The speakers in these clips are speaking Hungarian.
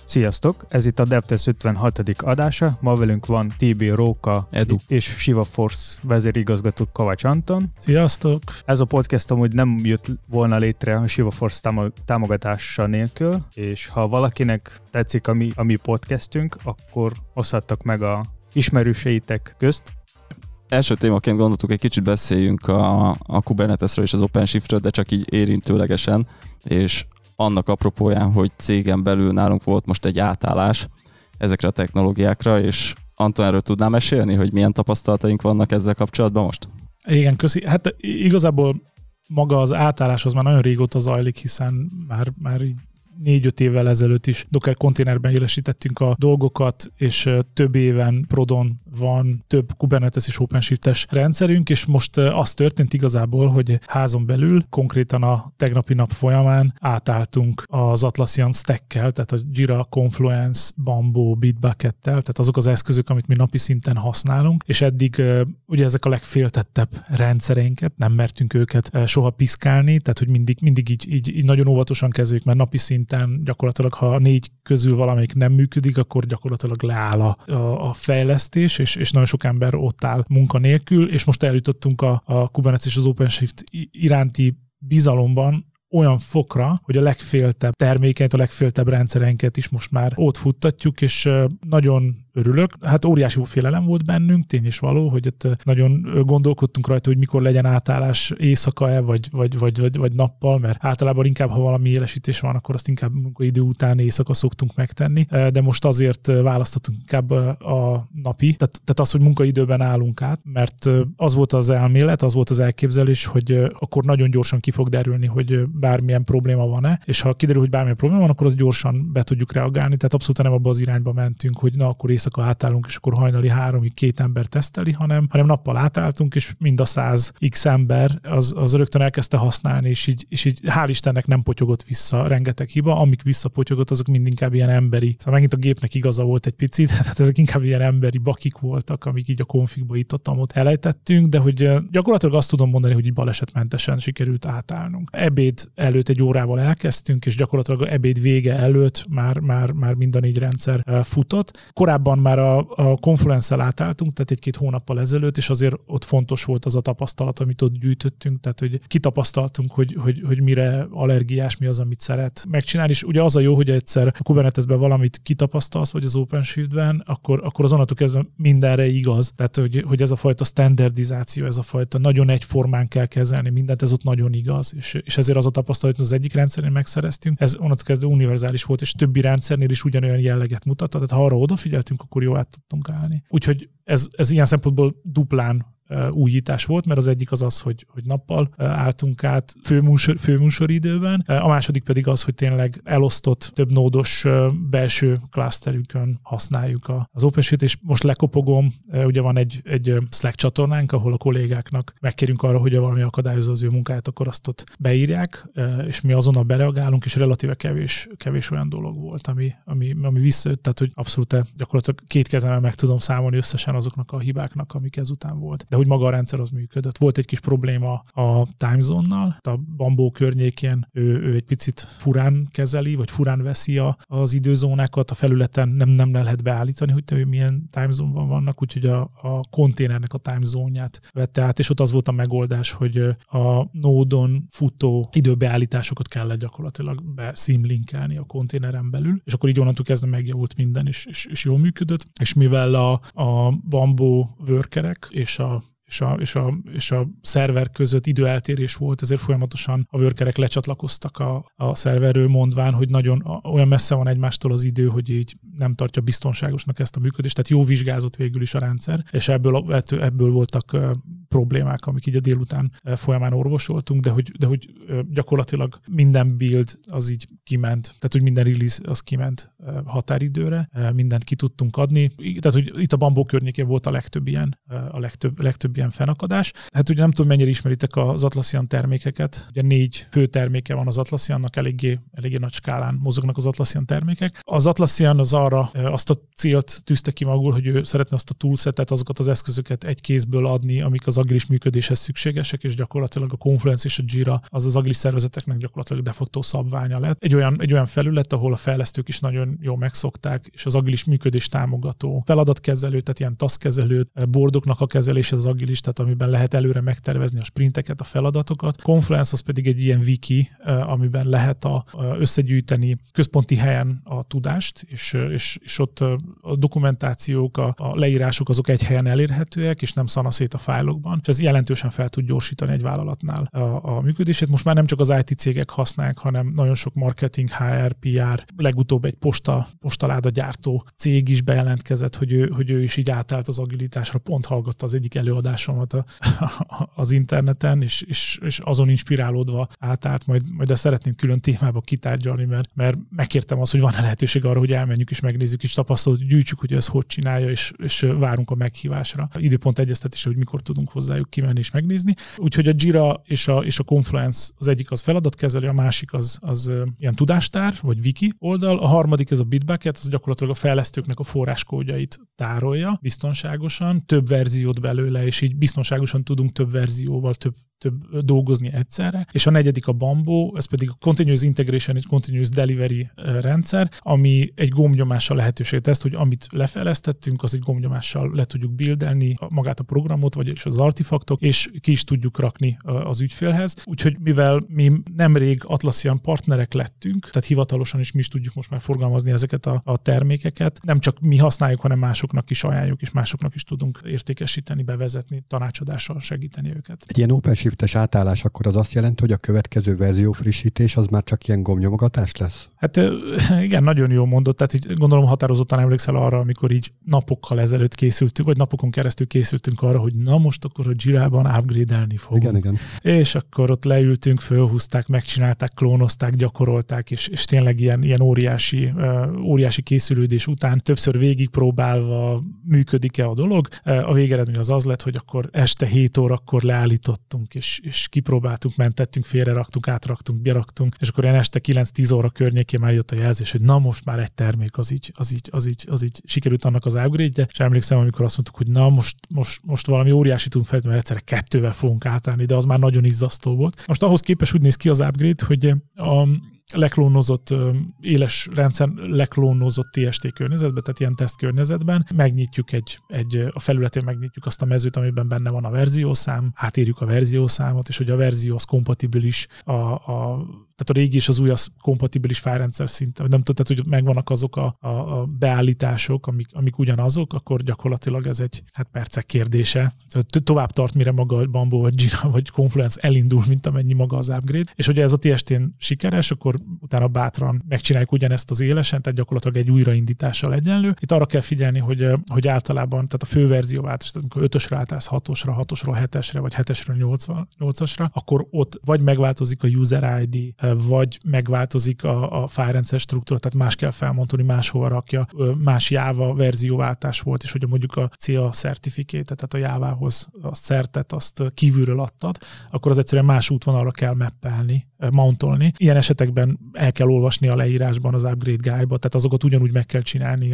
Sziasztok! Ez itt a DevTest 56. adása. Ma velünk van TB Róka Edu és ShivaForce vezérigazgató Kovács Anton. Sziasztok! Ez a podcast amúgy nem jött volna létre a ShivaForce támogatása nélkül, és ha valakinek tetszik a mi podcastünk, akkor oszhattak meg a ismerőseitek közt. Első témaként gondoltuk, egy kicsit beszéljünk a Kubernetesről és az OpenShiftről, de csak így érintőlegesen, és annak apropóján, hogy cégen belül nálunk volt most egy átállás ezekre a technológiákra, és Anton, erről tudnál mesélni, hogy milyen tapasztalataink vannak ezzel kapcsolatban most? Igen, köszi. Hát igazából maga az átállás az már nagyon régóta zajlik, hiszen már így 4-5 évvel ezelőtt is Docker konténerben élesítettünk a dolgokat, és több éven Prodon van több Kubernetes és OpenShift-es rendszerünk, és most az történt igazából, hogy házon belül, konkrétan a tegnapi nap folyamán átálltunk az Atlassian Stack-kel, tehát a Jira, Confluence, Bamboo, Bitbucket-tel, tehát azok az eszközök, amit mi napi szinten használunk, és eddig ugye ezek a legféltettebb rendszereinket, nem mertünk őket soha piszkálni, tehát hogy mindig így nagyon óvatosan kezeljük, mert napi szinten gyakorlatilag, ha a 4 közül valamelyik nem működik, akkor gyakorlatilag leáll a fejlesztés, és nagyon sok ember ott áll munkanélkül, és most eljutottunk a Kubernetes és az OpenShift iránti bizalomban olyan fokra, hogy a legféltebb termékeit, a legféltebb rendszereinket is most már ott futtatjuk, és nagyon örülök. Hát óriási félelem volt bennünk, tény és való, hogy ott nagyon gondolkodtunk rajta, hogy mikor legyen átállás éjszaka-e, vagy nappal, mert általában inkább, ha valami élesítés van, akkor azt inkább munkaidő után éjszaka szoktunk megtenni, de most azért választottunk inkább a napi, tehát az, hogy munkaidőben állunk át, mert az volt az elmélet, az volt az elképzelés, hogy akkor nagyon gyorsan ki fog derülni, hogy bármilyen probléma van-e, és ha kiderül, hogy bármilyen probléma van, akkor azt gyorsan be tudjuk reagálni, tehát abszolút nem abba az irányba mentünk, hogy na, akkor éjszaka átállunk, és akkor hajnali 3-ig 2 ember teszteli, hanem nappal átálltunk, és mind a 100x ember az rögtön elkezdte használni, és így hál' Istennek nem potyogott vissza rengeteg hiba, amik visszapotyogott, azok mind inkább ilyen emberi. Szóval megint a gépnek igaza volt egy picit, tehát ezek inkább ilyen emberi bakik voltak, amik így a konfigba itt-ott elejtettünk, de hogy gyakorlatilag azt tudom mondani, hogy így balesetmentesen sikerült átállnunk. Ebéd előtt 1 órával elkezdtünk, és gyakorlatilag ebéd vége előtt már mind a 4 rendszer futott. Korábban már a Confluence-el átálltunk, tehát 1-2 hónappal ezelőtt, és azért ott fontos volt az a tapasztalat, amit ott gyűjtöttünk, tehát hogy kitapasztaltunk, hogy mire allergiás, mi az, amit szeret megcsinálni, és ugye az a jó, hogy egyszer a Kubernetesben valamit kitapasztalsz, vagy az OpenShift-ben, akkor az onnantól kezdve mindenre igaz, tehát hogy ez a fajta standardizáció, ez a fajta nagyon egyformán kell kezelni mindent, ez ott nagyon igaz, és ezért az a tapasztalat, hogy az egyik rendszerén megszereztünk, ez onnantól kezdve univerzális volt, és többi rendszernél is ugyanolyan jelleget mutatta, tehát ha arra odafigyeltünk, akkor jó át tudtunk állni. Úgyhogy ez ilyen szempontból duplán újítás volt, mert az egyik az, hogy nappal álltunk át főműsoridőben, a második pedig az, hogy tényleg elosztott több nódos belső klaszterükön használjuk az OpenShift, és most lekopogom, ugye van egy Slack csatornánk, ahol a kollégáknak megkérünk arra, hogy valami akadályozza az ő munkáját, akkor azt ott beírják, és mi azonnal bereagálunk, és relatíve kevés olyan dolog volt, ami visszajött, tehát hogy abszolút gyakorlatilag 2 kezemmel meg tudom számolni összesen azoknak a hibáknak, amik ezután volt. De hogy maga a rendszer az működött. Volt egy kis probléma a timezone-nal, a Bamboo környékén ő egy picit furán kezeli, vagy furán veszi az időzónákat, a felületen nem lehet beállítani, hogy milyen timezone-ban vannak, úgyhogy a konténernek a timezone-ját vette át, és ott az volt a megoldás, hogy a nódon futó időbeállításokat kellett gyakorlatilag beszimlinkelni a konténeren belül, és akkor így onnantól kezdve megjavult minden, és jól működött, és mivel a Bamboo workerek és a szerver között időeltérés volt, ezért folyamatosan a workerek lecsatlakoztak a szerverről, mondván, hogy nagyon olyan messze van egymástól az idő, hogy így nem tartja biztonságosnak ezt a működést, tehát jó vizsgázott végül is a rendszer, és ebből voltak problémák, amik így a délután folyamán orvosoltunk, de hogy gyakorlatilag minden build az így kiment, tehát hogy minden release az kiment határidőre, mindent ki tudtunk adni. Tehát, hogy itt a Bamboo környékén volt a legtöbb ilyen fennakadás. Hát ugye nem tudom, mennyire ismeritek az Atlassian termékeket. Ugye 4 fő terméke van az Atlassiannak, eléggé nagy skálán mozognak az Atlassian termékek. Az Atlassian az arra azt a célt tűzte ki magul, hogy ő szeretne azt a toolsetet, azokat az eszközöket egy kézből adni, amik az az agilis működéshez szükségesek, és gyakorlatilag a Confluence és a Jira az agilis szervezeteknek gyakorlatilag de facto szabványa lett. Egy olyan felület, ahol a fejlesztők is nagyon jól megszokták, és az agilis működés támogató feladatkezelő, tehát ilyen taskkezelő, boardoknak a kezelése az agilis, tehát amiben lehet előre megtervezni a sprinteket, a feladatokat. Confluence az pedig egy ilyen wiki, amiben lehet összegyűjteni központi helyen a tudást, és ott a dokumentációk, a leírások azok egy helyen elérhetőek, és nem szanaszét a fájlokban, és ez jelentősen fel tud gyorsítani egy vállalatnál a működését. Most már nem csak az IT cégek használják, hanem nagyon sok marketing, HR, PR, legutóbb egy postaláda gyártó cég is bejelentkezett, hogy ő is így átállt az agilitásra, pont hallgatta az egyik előadásomat az interneten, és azon inspirálódva átállt, majd ezt szeretném külön témába kitárgyalni, mert megkértem azt, hogy van-e lehetőség arra, hogy elmenjük és megnézzük, és tapasztalatot gyűjtsük, hogy ez hogy csinálja, és várunk a meghívásra. Időpont egyeztetésre, hogy mikor tudunk hozzájuk kimenni és megnézni. Úgyhogy a Jira és a Confluence az egyik az feladatkezelő, a másik az ilyen tudástár, vagy wiki oldal, a harmadik ez a Bitbucket, az gyakorlatilag a fejlesztőknek a forráskódjait tárolja biztonságosan, több verziót belőle, és így biztonságosan tudunk több verzióval, több dolgozni egyszerre, és a negyedik a Bamboo, ez pedig a Continuous Integration és Continuous Delivery rendszer, ami egy gombnyomással lehetőséget tesz, hogy amit lefejlesztettünk, az egy gombnyomással le tudjuk buildelni magát a programot, vagyis az artefaktok, és ki is tudjuk rakni az ügyfélhez. Úgyhogy mivel mi nemrég Atlassian partnerek lettünk, tehát hivatalosan is mi is tudjuk most már forgalmazni ezeket a termékeket, nem csak mi használjuk, hanem másoknak is ajánljuk, és másoknak is tudunk értékesíteni, bevezetni, tanácsadással segíteni őket. Egy ilyen OpenShift-es átállás akkor az azt jelenti, hogy a következő verzió frissítés az már csak ilyen gombnyomogatás lesz? Hát igen, nagyon jól mondott, tehát gondolom határozottan emlékszel arra, amikor így napokkal ezelőtt készültünk, vagy napokon keresztül készültünk arra, hogy na most akkor a Jira-ban upgrade-elni fogunk. Igen. És akkor ott leültünk, fölhúzták, megcsinálták, klónozták, gyakorolták, és tényleg ilyen óriási készülődés után többször végigpróbálva működik-e a dolog. A végeredmény az lett, hogy akkor este 7 órakor leállítottunk, és kipróbáltunk, mentettünk, félreraktunk, átraktunk, beraktunk, és akkor ilyen este 9-10 óra környékén már jött a jelzés, hogy na most már egy termék az így sikerült annak az upgrade-je, és emlékszem, amikor azt mondtuk, hogy na most valami óriási tudunk fel, mert egyszerre 2-vel fogunk átállni, de az már nagyon izzasztó volt. Most ahhoz képest úgy néz ki az upgrade, hogy a leklónozott, éles rendszer leklónozott TST környezetben, tehát ilyen teszt környezetben, megnyitjuk a felületén megnyitjuk azt a mezőt, amiben benne van a verziószám, átírjuk a verziószámot, és hogy a verzió az kompatibilis, tehát a régi és az új az kompatibilis fájlrendszer szinten, nem tudom, tehát hogy megvannak azok a beállítások, amik ugyanazok, akkor gyakorlatilag ez egy percek kérdése. Tovább tart, mire maga a Bamboo, vagy Jira, vagy Confluence elindul, mint amennyi maga az upgrade. És hogyha ez a TST-n sikeres, akkor utána bátran megcsináljuk ugyanezt az élesen, tehát gyakorlatilag egy újraindítással egyenlő. Itt arra kell figyelni, hogy általában, tehát a főverzió változás, amikor 5-ösre átállsz 6-osra, 6-osról 7-esre, vagy 7-esről 8-asra, akkor ott vagy megváltozik a user ID, vagy megváltozik a fájlrendszer struktúra, tehát más kell felmondani, máshova rakja, más Java verzióváltás volt, és hogy mondjuk a CA certificate, tehát a Java-hoz a certet azt kívülről adtad, akkor az egyszerűen más útvonalra kell mappelni, mountolni. Ilyen esetekben el kell olvasni a leírásban az upgrade guide-ba, tehát azokat ugyanúgy meg kell csinálni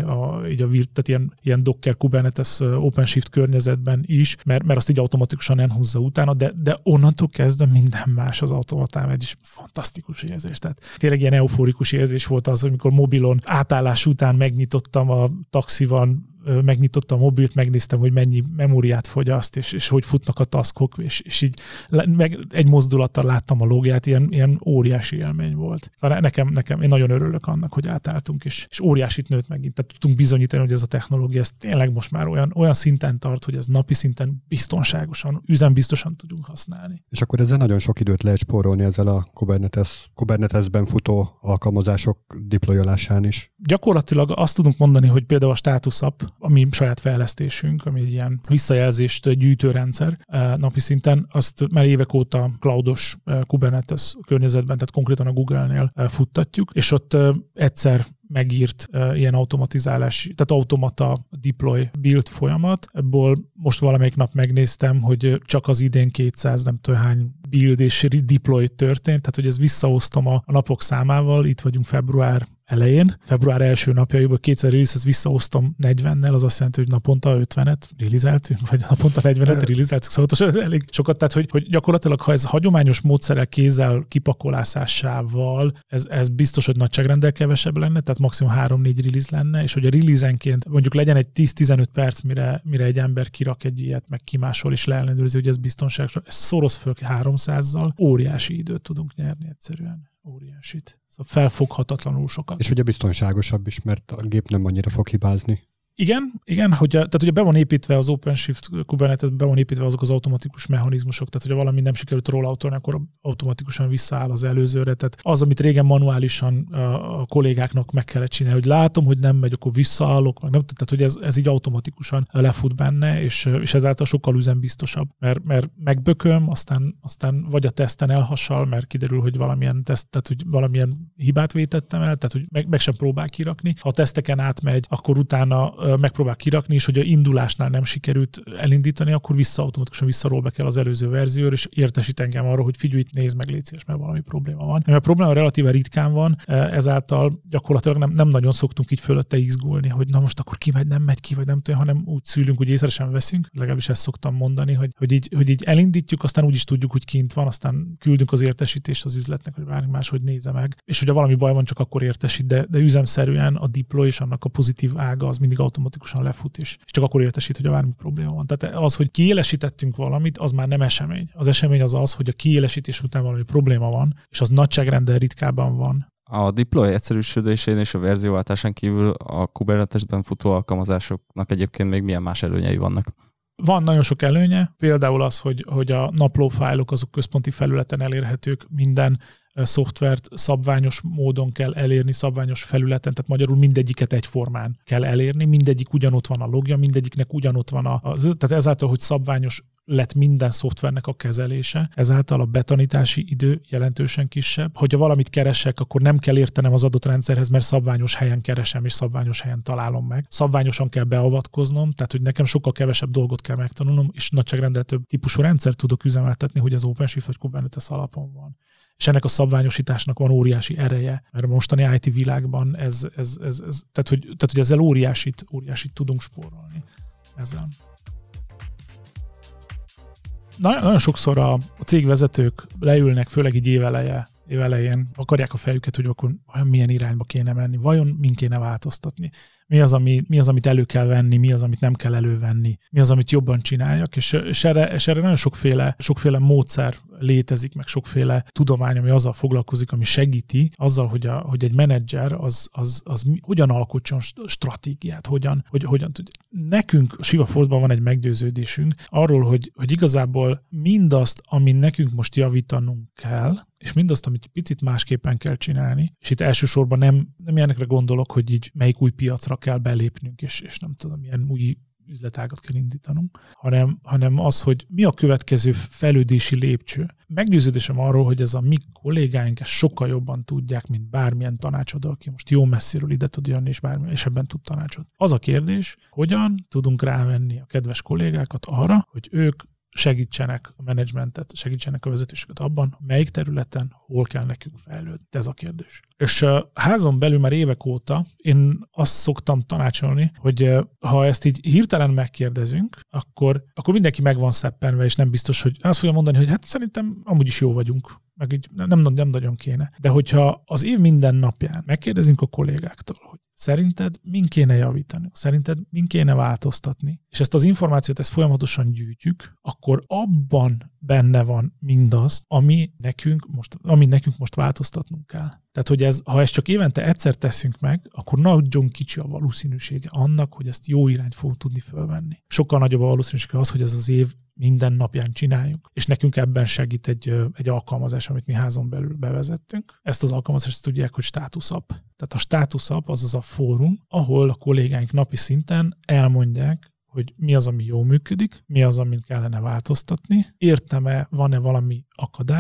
tehát ilyen Docker, Kubernetes, OpenShift környezetben is, mert azt így automatikusan elhúzza utána, de onnantól kezdve minden más az automatán, egy is fantasztikus érzés. Tehát tényleg ilyen euforikus érzés volt az, amikor mobilon átállás után megnyitottam a taxiban, megnyitottam a mobilt, megnéztem, hogy mennyi memóriát fogyaszt, és hogy futnak a taskok, és így meg egy mozdulattal láttam a logját, ilyen óriási élmény volt. Szóval nekem én nagyon örülök annak, hogy átálltunk, és óriásit nőtt megint. Tehát tudtunk bizonyítani, hogy ez a technológia ez tényleg most már olyan szinten tart, hogy ez napi szinten biztonságosan, üzembiztosan tudunk használni. És akkor ezzel nagyon sok időt lehet spórolni ezzel a Kubernetesben futó alkalmazások deployolásán is. Gyakorlatilag azt tudunk mondani, hogy például a Status App, ami saját fejlesztésünk, ami egy ilyen visszajelzést gyűjtő rendszer napi szinten, azt már évek óta cloudos Kubernetes környezetben, tehát konkrétan a Google-nél futtatjuk, és ott egyszer megírt ilyen automatizálás, tehát automata deploy build folyamat. Ebből most valamelyik nap megnéztem, hogy csak az idén 200 nem tudom hány build és deploy történt, tehát hogy ez visszaosztom a napok számával, itt vagyunk február elején. Február első napjaiból 2 release, ezt visszaosztom 40-nel, az azt jelenti, hogy naponta 50-et releaseltünk, vagy naponta 40-et releaseltünk, szóval elég sokat. Tehát, hogy gyakorlatilag, ha ez hagyományos módszerrel, kézzel, kipakolászásával, ez biztos, hogy nagyságrendel kevesebb lenne, tehát maximum 3-4 release lenne, és hogy a release-enként mondjuk legyen egy 10-15 perc, mire egy ember kirak egy ilyet, meg kimásol és leellenőrzi, hogy ez biztonságos. Ez szoroz föl 300-zal, óriási időt tudunk nyerni egyszerűen. Óriásit. Szóval felfoghatatlanul sokat. És ugye biztonságosabb is, mert a gép nem annyira fog hibázni. Igen, tehát ugye be van építve az OpenShift Kubernetes, be van építve azok az automatikus mechanizmusok, tehát hogyha valami nem sikerült rolloutolni, akkor automatikusan visszaáll az előzőre. Tehát az, amit régen manuálisan a kollégáknak meg kellett csinálni, hogy látom, hogy nem megy, akkor visszaállok, nem, tehát hogy ez így automatikusan lefut benne, és ezáltal sokkal üzembiztosabb, mert megbököm, aztán vagy a teszten elhassal, mert kiderül, hogy valamilyen teszt, tehát hogy valamilyen hibát vétettem el, tehát hogy meg sem próbál kirakni. Ha a teszteken átmegy, akkor utána megpróbál kirakni, és hogy a indulásnál nem sikerült elindítani, akkor automatikusan visszaroll kell az előző verzióra, és értesít engem arról, hogy figyelj, nézd meg, légy szíves, mert valami probléma van. Mert a probléma relatíve ritkán van, ezáltal gyakorlatilag nem nagyon szoktunk így fölötte izgulni, hogy na most akkor kimegy, nem megy ki, vagy nem tudom, hanem úgy szülünk, hogy észre sem veszünk. Legalábbis ezt szoktam mondani, hogy így elindítjuk, aztán úgy is tudjuk, hogy kint van, aztán küldünk az értesítést az üzletnek, hogy bármi máshogy nézze meg. És hogyha valami baj van, csak akkor értesít, de üzemszerűen a deploy és annak a pozitív ága az mindig automatikusan lefut, és csak akkor értesít, hogy bármi probléma van. Tehát az, hogy kiélesítettünk valamit, az már nem esemény. Az esemény az, hogy a kiélesítés után valami probléma van, és az nagyságrendel ritkábban van. A deploy egyszerűsödésén és a verzióváltásán kívül a Kubernetesben futó alkalmazásoknak egyébként még milyen más előnyei vannak? Van nagyon sok előnye, például az, hogy a naplófájlok azok központi felületen elérhetők, minden szoftvert szabványos módon kell elérni, szabványos felületen, tehát magyarul mindegyiket egyformán kell elérni, mindegyik ugyanott van a logja, mindegyiknek ugyanott van tehát ezáltal, hogy szabványos lett minden szoftvernek a kezelése, ezáltal a betanítási idő jelentősen kisebb. Hogyha valamit keresek, akkor nem kell értenem az adott rendszerhez, mert szabványos helyen keresem, és szabványos helyen találom meg. Szabványosan kell beavatkoznom, tehát hogy nekem sokkal kevesebb dolgot kell megtanulnom, és nagyságrendel több típusú rendszert tudok üzemeltetni, hogy az OpenShift vagy Kubernetes alapon van. És ennek a szabványosításnak van óriási ereje, mert a mostani IT világban tehát hogy ezzel óriásit tudunk spórolni ezzel. Nagyon sokszor a cégvezetők leülnek, főleg így évelején, akarják a fejüket, hogy akkor vajon milyen irányba kéne menni, vajon min kéne változtatni, mi az, amit elő kell venni, mi az, amit nem kell elővenni, mi az, amit jobban csináljak, és erre nagyon sokféle módszer létezik, meg sokféle tudomány, ami azzal foglalkozik, ami segíti, azzal, hogy egy menedzser az hogyan alkotson stratégiát, hogyan. Nekünk Shiva Force-ban van egy meggyőződésünk arról, hogy igazából mindazt, amin nekünk most javítanunk kell, és mindazt, amit picit másképpen kell csinálni, és itt elsősorban nem ilyenekre gondolok, hogy így melyik új piacra kell belépnünk, és nem tudom, milyen új üzletágat kell indítanunk, hanem az, hogy mi a következő fejlődési lépcső. Meggyőződésem arról, hogy ez a mi kollégáink ezt sokkal jobban tudják, mint bármilyen tanácsadó, aki most jó messziről ide tud jönni, és ebben tud tanácsot. Az a kérdés, hogyan tudunk rávenni a kedves kollégákat arra, hogy ők segítsenek a menedzsmentet, segítsenek a vezetőséget abban, melyik területen, hol kell nekünk fejlődni. Ez a kérdés. És házon belül már évek óta én azt szoktam tanácsolni, hogy ha ezt így hirtelen megkérdezünk, akkor mindenki meg van szeppenve, és nem biztos, hogy azt fogja mondani, hogy hát szerintem amúgy is jó vagyunk, meg így nem nagyon kéne. De hogyha az év minden napján megkérdezünk a kollégáktól, hogy szerinted min kéne javítani, szerinted min kéne változtatni, és ezt az információt folyamatosan gyűjtjük, akkor abban benne van mindaz, ami nekünk most változtatnunk kell. Tehát, hogy ha ezt csak évente egyszer teszünk meg, akkor nagyon kicsi a valószínűsége annak, hogy ezt jó irányt fogunk tudni fölvenni. Sokkal nagyobb a valószínűsége az, hogy ez az év minden napján csináljuk. És nekünk ebben segít egy alkalmazás, amit mi házon belül bevezettünk. Ezt az alkalmazást tudják, hogy Status App. Tehát a Status App az a fórum, ahol a kollégáink napi szinten elmondják, hogy mi az, ami jól működik, mi az, amit kellene változtatni, értem-e, van-e valami akadály,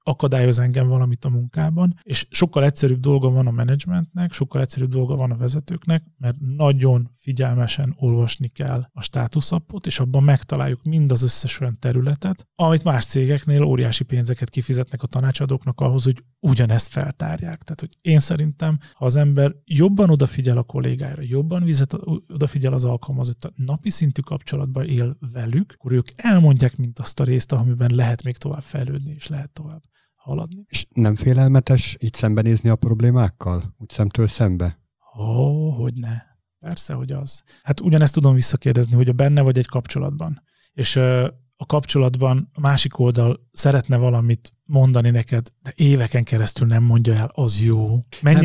akadályoz engem valamit a munkában, és sokkal egyszerűbb dolga van a menedzsmentnek, sokkal egyszerűbb dolga van a vezetőknek, mert nagyon figyelmesen olvasni kell a státuszappot, és abban megtaláljuk mind az összes olyan területet, amit más cégeknél óriási pénzeket kifizetnek a tanácsadóknak ahhoz, hogy ugyanezt feltárják. Tehát, hogy én szerintem, ha az ember jobban odafigyel a kollégáira, jobban odafigyel az alkalmazottra, napi szintű kapcsolatban él velük, akkor ők elmondják mind azt a részt, amiben lehet még tovább fejlődni, és lehet tovább haladni. És nem félelmetes így szembenézni a problémákkal? Úgy szemtől szembe? Hogyne. Persze, hogy az. Hát ugyanezt tudom visszakérdezni, hogy a benne vagy egy kapcsolatban. És a kapcsolatban a másik oldal szeretne valamit mondani neked, de éveken keresztül nem mondja el, az jó.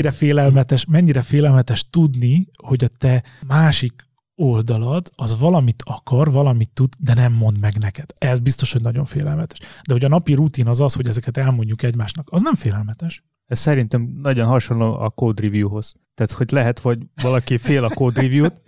Mennyire félelmetes tudni, hogy a te másik oldalad, az valamit akar, valamit tud, de nem mond meg neked. Ez biztos, hogy nagyon félelmetes. De hogy a napi rutin az, hogy ezeket elmondjuk egymásnak, az nem félelmetes. Ez szerintem nagyon hasonló a code reviewhoz. Tehát, hogy lehet, hogy valaki fél a code review-t,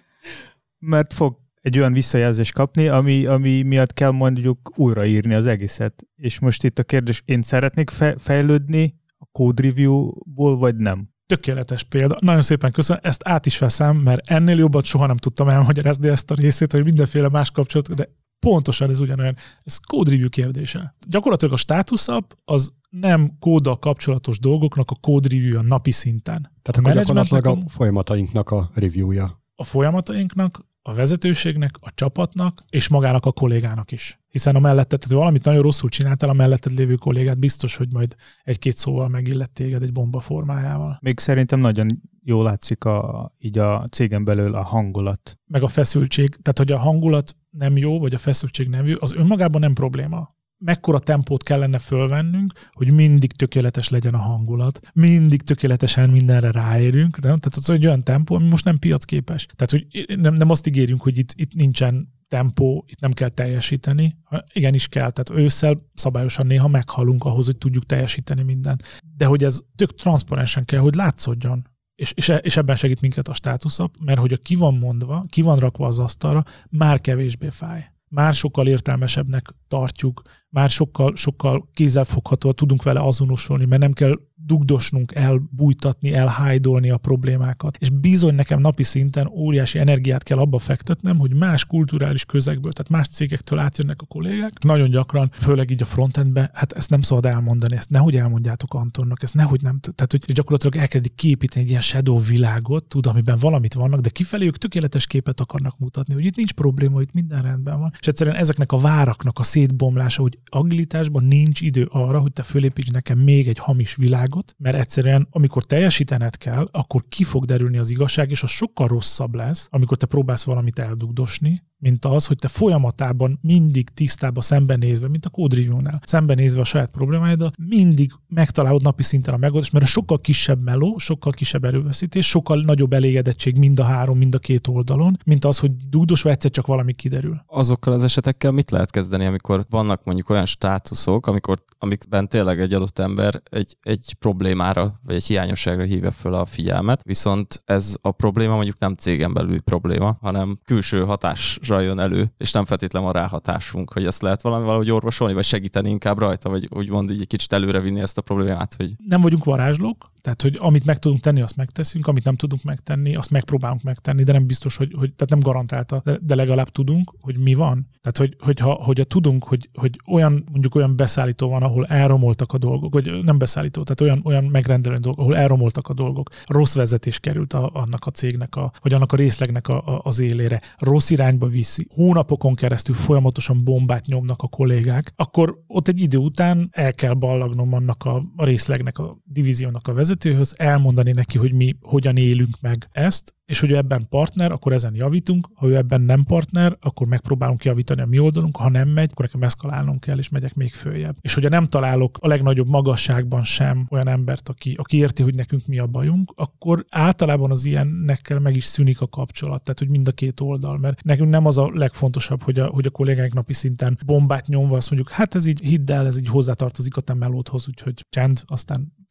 mert fog egy olyan visszajelzést kapni, ami miatt kell mondjuk újraírni az egészet. És most itt a kérdés, én szeretnék fejlődni a code review-ból, vagy nem? Tökéletes példa. Nagyon szépen köszönöm. Ezt át is veszem, mert ennél jobbat soha nem tudtam elmagyarázni ezt a részét, hogy mindenféle más kapcsolat, de pontosan ez ugyanolyan. Ez code review kérdése. Gyakorlatilag a státuszap az nem kóddal kapcsolatos dolgoknak a code review a napi szinten. Tehát akkor gyakorlatilag a folyamatainknak a reviewja. A folyamatainknak, a vezetőségnek, a csapatnak, és magának a kollégának is. Hiszen a melletted, tehát valamit nagyon rosszul csináltál, a melletted lévő kollégát biztos, hogy majd egy-két szóval megillet téged egy bomba formájával. Még szerintem nagyon jól látszik így a cégen belül a hangulat. Meg a feszültség. Tehát, hogy a hangulat nem jó, vagy a feszültség nem jó, az önmagában nem probléma. Mekkora tempót kellene fölvennünk, hogy mindig tökéletes legyen a hangulat, mindig tökéletesen mindenre ráérünk, tehát az egy olyan tempó, ami most nem piacképes. Tehát, hogy nem azt ígérjünk, hogy itt nincsen tempó, itt nem kell teljesíteni. Igenis kell, tehát ősszel szabályosan néha meghalunk ahhoz, hogy tudjuk teljesíteni mindent. De hogy ez tök transzparensen kell, hogy látszódjon. És ebben segít minket a státuszap, mert hogy ki van mondva, ki van rakva az asztalra, már kevésbé fáj. Már sokkal értelmesebbnek tartjuk, már sokkal kézzelfoghatóan tudunk vele azonosulni, mert nem kell dugdosnunk, elbújtatni, elhájdolni a problémákat. És bizony nekem napi szinten óriási energiát kell abba fektetnem, hogy más kulturális közegből, tehát más cégektől átjönnek a kollégák. Nagyon gyakran, főleg így a frontendben, hát ezt nem szabad elmondani, ezt nehogy elmondjátok Antonnak, ezt nehogy nem, tehát hogy gyakorlatilag elkezdik képíteni egy ilyen shadow világot, amiben valamit vannak, de kifelé ők tökéletes képet akarnak mutatni, hogy itt nincs probléma, itt minden rendben van. És egyszerűen ezeknek a váraknak a szétbomlása, hogy agilitásban nincs idő arra, hogy te fölépíts nekem még egy hamis világot, mert egyszerűen, amikor teljesítened kell, akkor ki fog derülni az igazság, és az sokkal rosszabb lesz, amikor te próbálsz valamit eldugdosni, mint az, hogy te folyamatában mindig tisztába szembenézve, mint a code review-nál, szembenézve a saját problémáiddal, mindig megtalálod napi szinten a megoldást, mert a sokkal kisebb meló, sokkal kisebb erőveszítés, sokkal nagyobb elégedettség mind a két oldalon, mint az, hogy dugdosva egyszer csak valami kiderül. Azokkal az esetekkel mit lehet kezdeni, amikor vannak mondjuk olyan státuszok, amikben tényleg egy adott ember egy problémára, vagy egy hiányosságra hívja föl a figyelmet, viszont ez a probléma mondjuk nem cégen belüli probléma, hanem külső hatásra jön elő, és nem feltétlenül a ráhatásunk, hogy ezt lehet valahogy orvosolni, vagy segíteni inkább rajta, vagy úgymond így egy kicsit előrevinni ezt a problémát, hogy... Nem vagyunk varázslók, tehát hogy amit meg tudunk tenni, azt megteszünk, amit nem tudunk megtenni, azt megpróbálunk megtenni, de nem biztos, hogy tehát nem garantálta, de legalább tudunk, hogy mi van. Tehát, hogyha tudunk, hogy olyan beszállító van, ahol elromoltak a dolgok, vagy nem beszállító, tehát olyan megrendelő dolgok, ahol elromoltak a dolgok, rossz vezetés került annak a cégnek, vagy annak a részlegnek az élére, rossz irányba viszi, hónapokon keresztül folyamatosan bombát nyomnak a kollégák, akkor ott egy idő után el kell ballagnom annak a részlegnek, a divíziónak a vezetőhöz, elmondani neki, hogy mi hogyan élünk meg ezt, és hogy ő ebben partner, akkor ezen javítunk, ha ő ebben nem partner, akkor megpróbálunk javítani a mi oldalunk, ha nem megy, akkor nekem eszkalálnom kell, és megyek még följebb. És hogyha nem találok a legnagyobb magasságban sem olyan embert, aki érti, hogy nekünk mi a bajunk, akkor általában az ilyennekkel meg is szűnik a kapcsolat, tehát hogy mind a két oldal, mert nekünk nem az a legfontosabb, hogy a kollégák napi szinten bombát nyomva azt mondjuk, hát ez így hidd el, ez így hozzátartozik a te melódhoz, úgyhogy csend, aztán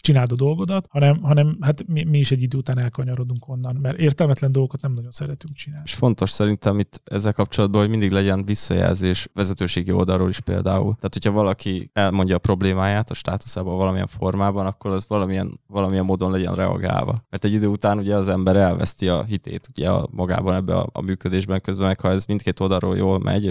csináld a dolgodat, hanem hát mi is egy idő után elkanyarodunk onnan, mert értelmetlen dolgokat nem nagyon szeretünk csinálni. És fontos szerintem itt ezzel kapcsolatban, hogy mindig legyen visszajelzés vezetőségi oldalról is például. Tehát, hogyha valaki elmondja a problémáját a státuszában valamilyen formában, akkor az valamilyen módon legyen reagálva. Mert egy idő után ugye az ember elveszti a hitét ugye magában ebbe a működésben, közben meg ha ez mindkét oldalról jól megy,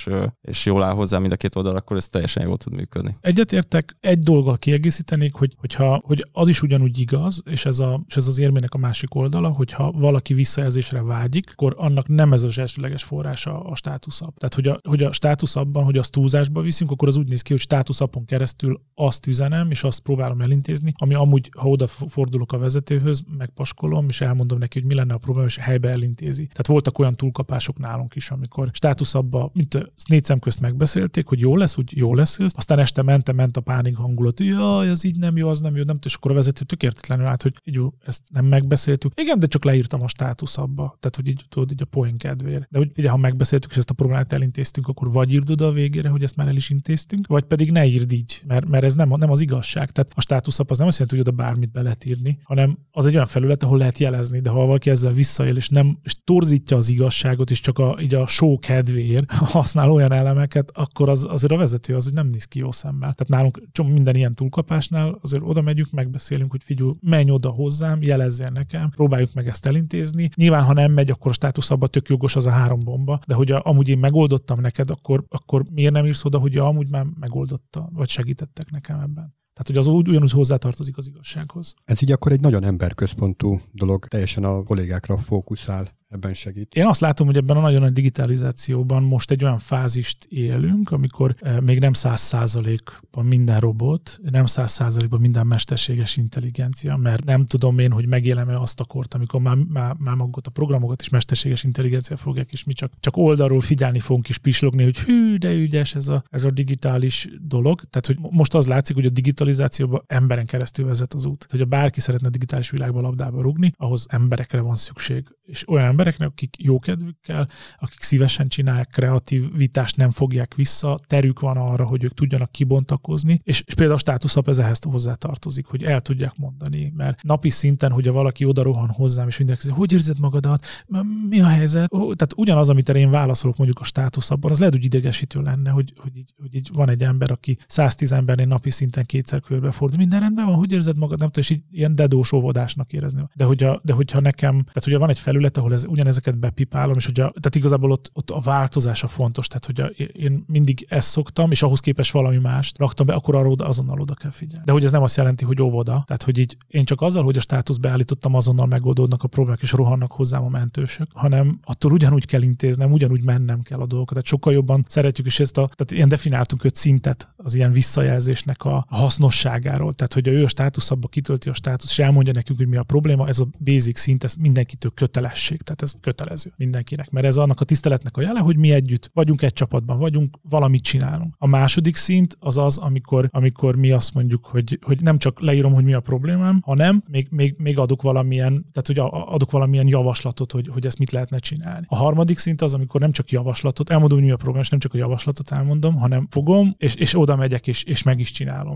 és jól áll hozzá mind a két oldal, akkor ez teljesen jól tud működni. Egyetértek, egy dolggal kiegészítenék, hogy az is ugyanúgy igaz, és ez az érmének a másik oldala, hogyha valaki visszajelzésre vágyik, akkor annak nem ez az elsőleges forrása a státuszap. Tehát, hogy a státuszapban, hogy azt túlzásba viszünk, akkor az úgy néz ki, hogy státuszapon keresztül azt üzenem, és azt próbálom elintézni, ami amúgy, ha odafordulok a vezetőhöz, megpaskolom, és elmondom neki, hogy mi lenne a probléma, és helybe elintézi. Tehát voltak olyan túlkapások nálunk is, amikor státuszapban, mint 4 szem közt megbeszélték, hogy jó lesz, úgy jó lesz, aztán este ment a pánik hangulat, jaj, az így nem jó, az nem jó, nem, és akkor a vezető tök értetlenül állt, hogy figyelj, ezt nem megbeszéltük. Igen, de csak leírtam a státuszabba. Tehát, hogy így tudod, így a poén kedvéért. De hogy figyelj, ha megbeszéltük, és ezt a problémát elintéztünk, akkor vagy írd oda a végére, hogy ezt már el is intéztünk, vagy pedig ne írd így, mert ez nem az igazság. Tehát a státuszap az nem azt jelenti, hogy oda bármit be lehet írni, hanem az egy olyan felület, ahol lehet jelezni, de ha valaki ezzel visszaél, és torzítja az igazságot, és csak így a show kedvéért használ olyan elemeket, akkor azért a vezető az, hogy nem néz ki jó szemmel. Tehát nálunk minden ilyen túlkapásnál azért oda megyünk, megbeszélünk, hogy figyelj, menj oda hozzám, jelezzél nekem, próbáljuk meg ezt elintézni. Nyilván, ha nem megy, akkor a státuszabban tök jogos az a 3 bomba, de hogy amúgy én megoldottam neked, akkor miért nem írsz oda, hogy amúgy már megoldotta, vagy segítettek nekem ebben. Tehát, hogy az ugyanúgy hozzátartozik az igazsághoz. Ez így akkor egy nagyon emberközpontú dolog, teljesen a kollégákra fókuszál. Ebben segít. Én azt látom, hogy ebben a nagyon nagy digitalizációban most egy olyan fázist élünk, amikor még nem 100%-ban minden robot, nem 100%-ban minden mesterséges intelligencia, mert nem tudom én, hogy megélem-e azt a kort, amikor már magukat a programokat is mesterséges intelligencia fogják, és mi csak oldalról figyelni fogunk és pislogni, hogy hű, de ügyes ez a digitális dolog. Tehát, hogy most az látszik, hogy a digitalizációban emberen keresztül vezet az út. Tehát, hogy ha bárki szeretne a digitális világba labdába rugni, ahhoz emberekre van szükség. És olyan embereknek, akik jókedvükkel, akik szívesen csinálják, kreativitást nem fogják vissza, terük van arra, hogy ők tudjanak kibontakozni, és például a státuszap ez ehhez hozzátartozik, hogy el tudják mondani, mert napi szinten, hogyha valaki oda rohan hozzám, és mindenki kérdezi, hogy érzed magadat, mi a helyzet? Tehát ugyanaz, amit én válaszolok mondjuk a státuszapban, az lehet, hogy idegesítő lenne, hogy így van egy ember, aki 110 embernél napi szinten 2-szer körbefordul, minden rendben van, hogy érzed magad, nem tudom, és így ilyen dedós óvodásnak érezni. De hogyha nekem, tehát ugye van egy felület, ahol ugyanezeket bepipálom, és tehát igazából ott a változása fontos, tehát hogy én mindig ezt szoktam, és ahhoz képest valami mást raktam be, akkor azonnal oda kell figyelni. De hogy ez nem azt jelenti, hogy óvoda, tehát hogy így én csak azzal, hogy a státuszt beállítottam, azonnal megoldódnak a problémák, és rohannak hozzám a mentősök, hanem attól ugyanúgy kell intéznem, ugyanúgy mennem kell a dolgokat. Tehát sokkal jobban szeretjük is tehát ilyen definiáltunk 5 szintet az ilyen visszajelzésnek a hasznosságáról. Tehát, hogy ő a státuszabba kitölti a státusz, és elmondja nekünk, hogy mi a probléma, ez a basic szint, ez mindenkitől kötelesség. Tehát ez kötelező mindenkinek, mert ez annak a tiszteletnek a jele, hogy mi együtt vagyunk, egy csapatban vagyunk, valamit csinálunk. A második szint az, amikor mi azt mondjuk, hogy nem csak leírom, hogy mi a problémám, hanem még adok valamilyen, tehát hogy adok valamilyen javaslatot, hogy ezt mit lehetne csinálni. A harmadik szint az, amikor nem csak javaslatot, elmondom, hogy mi a probléma, és nem csak a javaslatot elmondom, hanem fogom, és oda megyek, és meg is csinálom,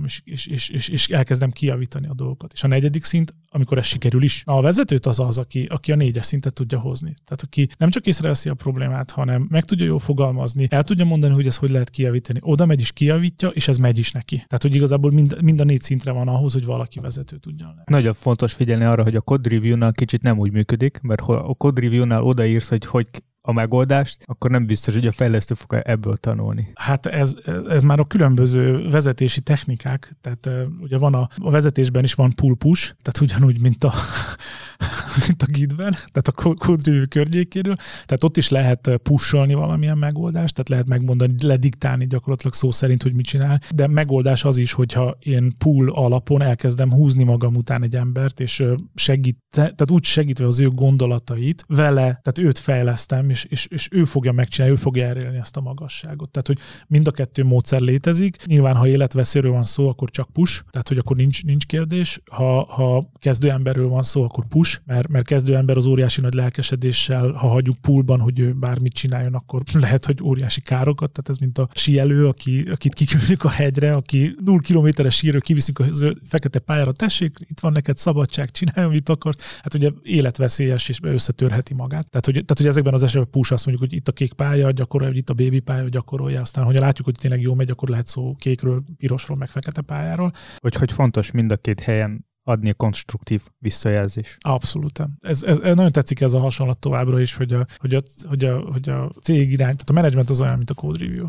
és elkezdem kijavítani a dolgokat. És a negyedik szint, amikor ez sikerül is. A vezetőt az, aki a 4-es szintet tudja hozni. Tehát aki nem csak észreveszi a problémát, hanem meg tudja jól fogalmazni, el tudja mondani, hogy ezt hogy lehet kijavítani. Oda megy is kijavítja, és ez megy is neki. Tehát, hogy igazából mind a 4 szintre van ahhoz, hogy valaki vezető tudjon lenni. Nagyon fontos figyelni arra, hogy a code review-nál kicsit nem úgy működik, mert ha a code review-nál odaírsz, hogy a megoldást, akkor nem biztos, hogy a fejlesztő fog ebből tanulni. Hát ez már a különböző vezetési technikák, tehát ugye van a vezetésben is van pull push, tehát ugyanúgy, mint a Gitben, tehát a code review környékéről, tehát ott is lehet pusholni valamilyen megoldást, tehát lehet megmondani, lediktálni gyakorlatilag szó szerint, hogy mit csinál, de megoldás az is, hogyha én pull alapon elkezdem húzni magam után egy embert, és tehát úgy segítve az ő gondolatait vele, tehát őt fejlesztem, és ő fogja megcsinálni, ő fogja elérni ezt a magasságot. Tehát, hogy mind a 2 módszer létezik. Nyilván, ha életveszélyről van szó, akkor csak push, tehát, hogy akkor nincs kérdés. Ha kezdő emberről van szó, akkor push, mert kezdő ember az óriási nagy lelkesedéssel, ha hagyjuk poolban, hogy ő bármit csináljon, akkor lehet, hogy óriási károkat, tehát ez mint a síelő, akit kiküldjük a hegyre, aki 0 kilométeres síről kiviszünk a fekete pályára, tessék, itt van neked szabadság, csináljon, mit akarsz. Hát ugye életveszélyes és összetörheti magát. Tehát, hogy ezekben az esetben push azt mondjuk, hogy itt a kék pálya, gyakorolja, hogy itt a baby pálya, gyakorolja, aztán, hogy látjuk, hogy tényleg jó megy, akkor lehet szó kékről, pirosról, meg fekete pályáról. Hogy fontos mind a két helyen adni a konstruktív visszajelzés. Abszolút. Ez nagyon tetszik ez a hasonlat továbbra is, hogy a cég irány, tehát a menedzsment az olyan, mint a code review.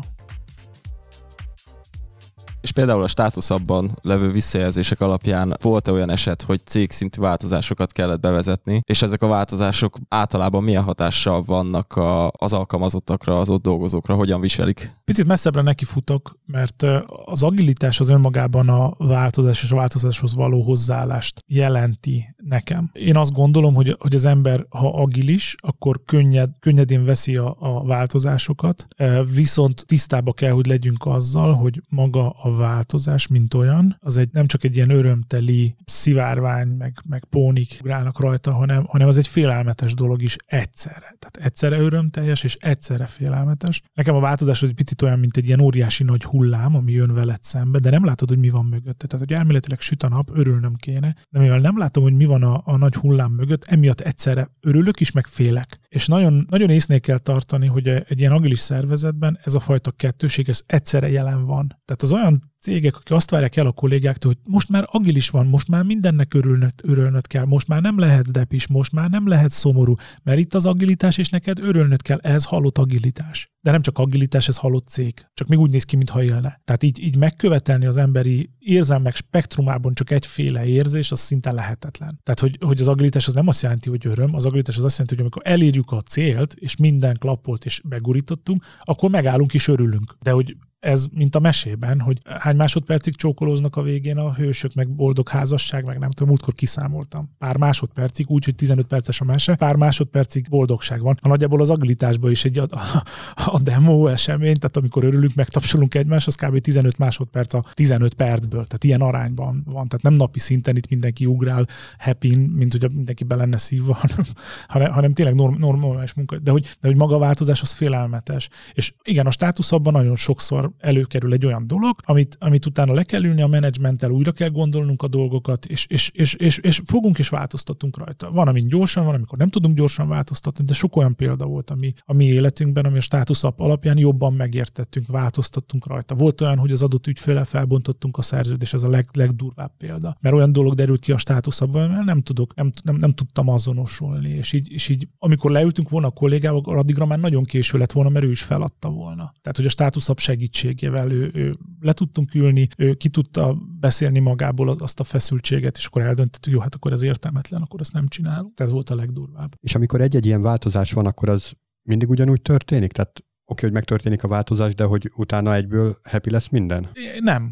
És például a státuszabban levő visszajelzések alapján volt olyan eset, hogy cégszintű változásokat kellett bevezetni, és ezek a változások általában milyen hatással vannak az alkalmazottakra, az ott dolgozókra, hogyan viselik? Picit messzebbre nekifutok, mert az agilitás az önmagában a változás és a változáshoz való hozzáállást jelenti nekem. Én azt gondolom, hogy az ember, ha agilis, akkor könnyedén veszi a változásokat, viszont tisztába kell, hogy legyünk azzal, hogy maga a változás, mint olyan, az nem csak egy ilyen örömteli szivárvány, meg pónik ugrálnak rajta, hanem az egy félelmetes dolog is egyszerre. Tehát egyszerre örömteljes, és egyszerre félelmetes. Nekem a változás az egy picit olyan, mint egy ilyen óriási nagy hullám, ami jön veled szembe, de nem látod, hogy mi van mögötte. Tehát, hogy elméletileg süt a nap, örülnöm kéne, de mivel nem látom, hogy mi van a nagy hullám mögött, emiatt egyszerre örülök is, meg félek. És nagyon, nagyon észnél kell tartani, hogy egy ilyen agilis szervezetben ez a fajta kettőség, ez egyszerre jelen van. Tehát az olyan cégek, akik azt várják el a kollégáktól, hogy most már agilis van, most már mindennek örülnöd kell, most már nem lehetsz depis, most már nem lehetsz szomorú, mert itt az agilitás, és neked örülnöd kell, ez halott agilitás. De nem csak agilitás, ez halott cég. Csak még úgy néz ki, mintha élne. Tehát így megkövetelni az emberi érzelmek spektrumában csak egyféle érzés, az szinte lehetetlen. Tehát, hogy az agilitás az nem azt jelenti, hogy öröm, az agilitás az azt jelenti, hogy amikor elérjük a célt, és minden klappolt és begurítottunk, akkor megállunk és örülünk. De hogy ez, mint a mesében, hogy hány másodpercig csókolóznak a végén a hősök, meg boldog házasság, meg nem tudom, múltkor kiszámoltam. Pár másodpercig, úgy, hogy 15 perces a mese, pár másodpercig boldogság van. A nagyjából az agilitásban is egy a demo esemény, tehát amikor örülünk, megtapsolunk egymást, az kb. 15 másodperc a 15 percből, tehát ilyen arányban van. Tehát nem napi szinten itt mindenki ugrál happy-n, mint hogy mindenki be lenne szívva, hanem tényleg normális munka. De hogy maga a változás az félelmetes. És igen, a státusz abban nagyon sokszor előkerül egy olyan dolog, amit utána le kell ülni a menedzsmenttel, újra kell gondolnunk a dolgokat, és fogunk és változtatunk rajta. Van, amin gyorsan, van, amikor nem tudunk gyorsan változtatni, de sok olyan példa volt a mi életünkben, ami a státuszap alapján jobban megértettünk, változtattunk rajta. Volt olyan, hogy az adott ügyféllel felbontottunk a szerződést, ez a legdurvább példa. Mert olyan dolog derült ki a státuszabban, mert nem tudtam azonosulni. És így, amikor leültünk volna a kollégával, addigra már nagyon késő lett volna, mert ő is feladta volna. Tehát, hogy a státuszab segítségével ő le tudtunk ülni, ő ki tudta beszélni magából azt a feszültséget, és akkor eldöntött, hogy jó, hát akkor ez értelmetlen, akkor ezt nem csinálunk. Ez volt a legdurvább. És amikor egy ilyen változás van, akkor az mindig ugyanúgy történik? Tehát oké, hogy megtörténik a változás, de hogy utána egyből happy lesz minden? Nem.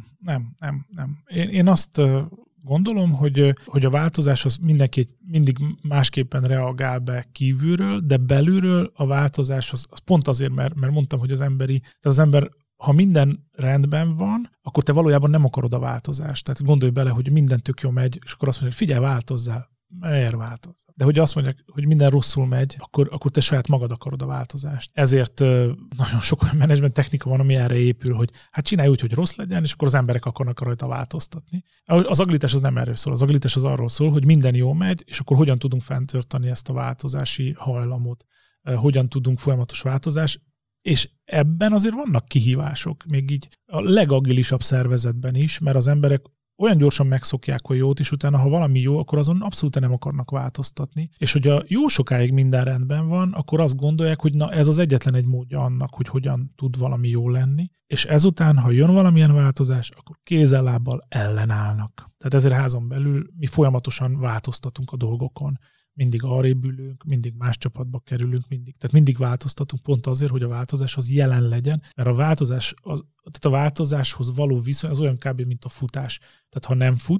Én azt gondolom, hogy a változás az mindenki mindig másképpen reagál be kívülről, de belülről a változás az pont azért, mert mondtam, hogy az ember, ha minden rendben van, akkor te valójában nem akarod a változást. Tehát gondolj bele, hogy minden tök jó megy, és akkor azt mondja, hogy figyelj, változzál. Miért változ? De hogy azt mondják, hogy minden rosszul megy, akkor te saját magad akarod a változást. Ezért nagyon sok olyan menedzsment technika van, ami erre épül, hogy hát csinálj úgy, hogy rossz legyen, és akkor az emberek akarnak rajta változtatni. Az agilitás az nem erről szól. Az agilitás az arról szól, hogy minden jó megy, és akkor hogyan tudunk fenntartani ezt a változási hajlamot, hogyan tudunk folyamatos változás, és ebben azért vannak kihívások, még így a legagilisabb szervezetben is, mert az emberek olyan gyorsan megszokják a jót, és utána, ha valami jó, akkor azon abszolút nem akarnak változtatni. És hogyha jó sokáig minden rendben van, akkor azt gondolják, hogy na ez az egyetlen egy módja annak, hogy hogyan tud valami jó lenni. És ezután, ha jön valamilyen változás, akkor kézzel-lábbal ellenállnak. Tehát ezért házon belül mi folyamatosan változtatunk a dolgokon. Mindig arrébb ülünk, mindig más csapatba kerülünk, tehát mindig változtatunk pont azért, hogy a változás az jelen legyen, mert a változáshoz való viszony az olyan kb. Mint a futás. Tehát ha nem futsz,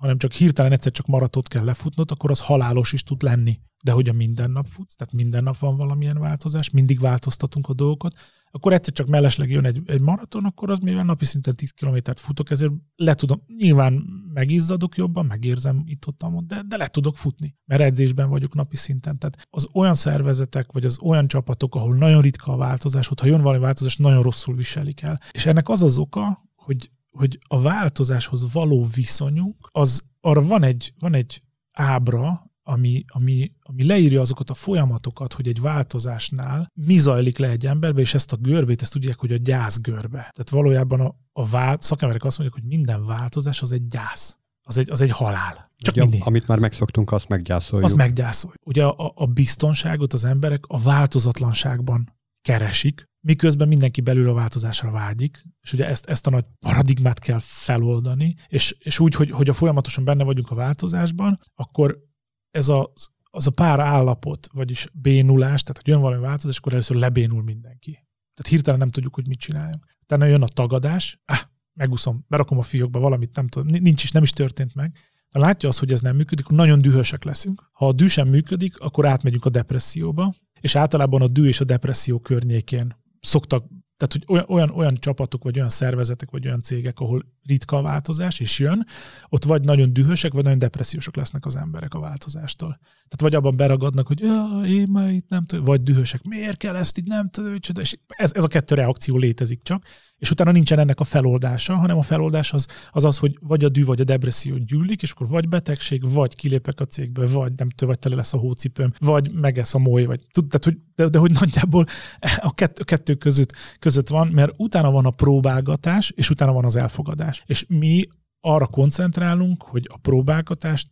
hanem csak hirtelen egyszer csak maratót kell lefutnod, akkor az halálos is tud lenni. De hogy a minden nap futsz, tehát minden nap van valamilyen változás, mindig változtatunk a dolgokat, akkor egyszer csak mellesleg jön egy maraton, akkor az mivel napi szinten 10 kilométert futok, ezért le tudom, nyilván megizzadok jobban, megérzem itt-ott, de le tudok futni, mert edzésben vagyok napi szinten. Tehát az olyan szervezetek, vagy az olyan csapatok, ahol nagyon ritka a változás, ha jön valami változás, nagyon rosszul viselik el. És ennek az az oka, hogy a változáshoz való viszonyunk, arra van egy ábra, ami leírja azokat a folyamatokat, hogy egy változásnál mi zajlik le egy emberbe, és ezt a görbét, ezt tudják, hogy a gyászgörbe. Tehát valójában szakemberek azt mondják, hogy minden változás az egy gyász. Az egy halál. Csak ugye, amit már megszoktunk, azt meggyászoljuk. Azt meggyászoljuk. Ugye a biztonságot az emberek a változatlanságban keresik, miközben mindenki belül a változásra vágyik, és ugye ezt a nagy paradigmát kell feloldani, és úgy, hogy a folyamatosan benne vagyunk a változásban, akkor ez az a pár állapot, vagyis bénulás, tehát hogy jön valami változás, akkor először lebénul mindenki. Tehát hirtelen nem tudjuk, hogy mit csináljunk. Utána jön a tagadás, megúszom, berakom a fiókba valamit, nem tudom, nem is történt meg. Ha látja azt, hogy ez nem működik, akkor nagyon dühösek leszünk. Ha a düh sem működik, akkor átmegyünk a depresszióba, és általában a düh és a depresszió környékén szoktak, tehát hogy olyan csapatok, vagy olyan szervezetek, vagy olyan cégek, ahol ritka a változás, és jön, ott vagy nagyon dühösek, vagy nagyon depressziósok lesznek az emberek a változástól. Tehát vagy abban beragadnak, hogy én már itt nem tudom, vagy dühösek, miért kell ezt itt nem tudom, és ez a kettő reakció létezik csak, és utána nincsen ennek a feloldása, hanem a feloldás az, hogy vagy a düh, vagy a depresszió gyűlik, és akkor vagy betegség, vagy kilépek a cégből, vagy nem tudom, vagy tele lesz a hócipőm, vagy megesz a moly, vagy tehát, hogy, de hogy nagyjából a kettő között van, mert utána van a próbálgatás, és utána van az elfogadás. És mi arra koncentrálunk, hogy a próbálgatást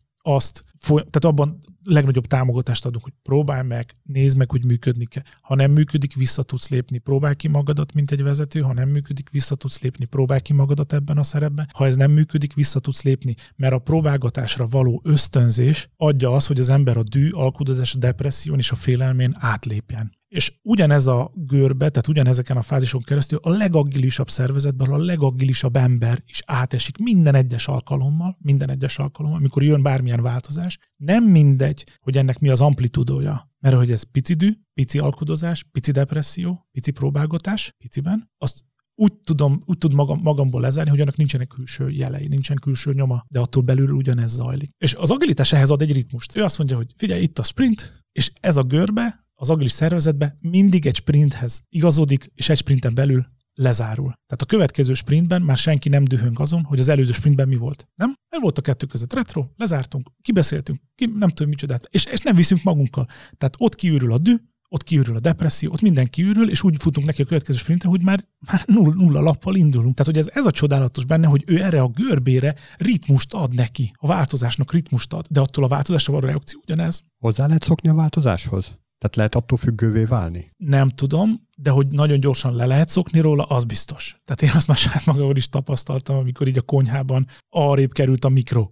tehát abban legnagyobb támogatást adunk, hogy próbálj meg, nézd meg, hogy működni kell. Ha nem működik, vissza tudsz lépni, próbálj ki magadat, mint egy vezető, ha nem működik, vissza tudsz lépni, próbálj ki magadat ebben a szerepben. Ha ez nem működik, vissza tudsz lépni, mert a próbálgatásra való ösztönzés adja azt, hogy az ember a düh, alkudozás, a depresszión és a félelmén átlépjen. És ugyanez a görbe, tehát ugyanezeken a fázison keresztül a legagilisabb szervezetben, a legagilisabb ember is átesik minden egyes alkalommal, amikor jön bármilyen változás. Nem mindegy, hogy ennek mi az amplitúdója, mert hogy ez pici düh, pici alkudozás, pici depresszió, pici próbálgatás, piciben, azt úgy tud magamból lezárni, hogy annak nincsenek külső jelei, nincsen külső nyoma, de attól belülről ugyanez zajlik. És az agilitás ehhez ad egy ritmust. Ő azt mondja, hogy figyelj, itt a sprint, és ez a görbe, az agilis szervezetben mindig egy sprinthez igazodik, és egy sprinten belül lezárul. Tehát a következő sprintben már senki nem dühöng azon, hogy az előző sprintben mi volt. Nem? El volt a kettő között retro, lezártunk, kibeszéltünk, nem tudom micsodát, és nem viszünk magunkkal. Tehát ott kiürül a düh, ott kiürül a depresszió, ott minden kiürül, és úgy futunk neki a következő sprintre, hogy már nulla lappal indulunk. Tehát, hogy ez a csodálatos benne, hogy ő erre a görbére ritmust ad neki. A változásnak ritmust ad, de attól a változásra való reakció ugyanez. Hozzá lehet szokni a változáshoz? Tehát lehet attól függővé válni? Nem tudom, de hogy nagyon gyorsan le lehet szokni róla, az biztos. Tehát én azt már saját magamon is tapasztaltam, amikor így a konyhában arrébb került a mikro.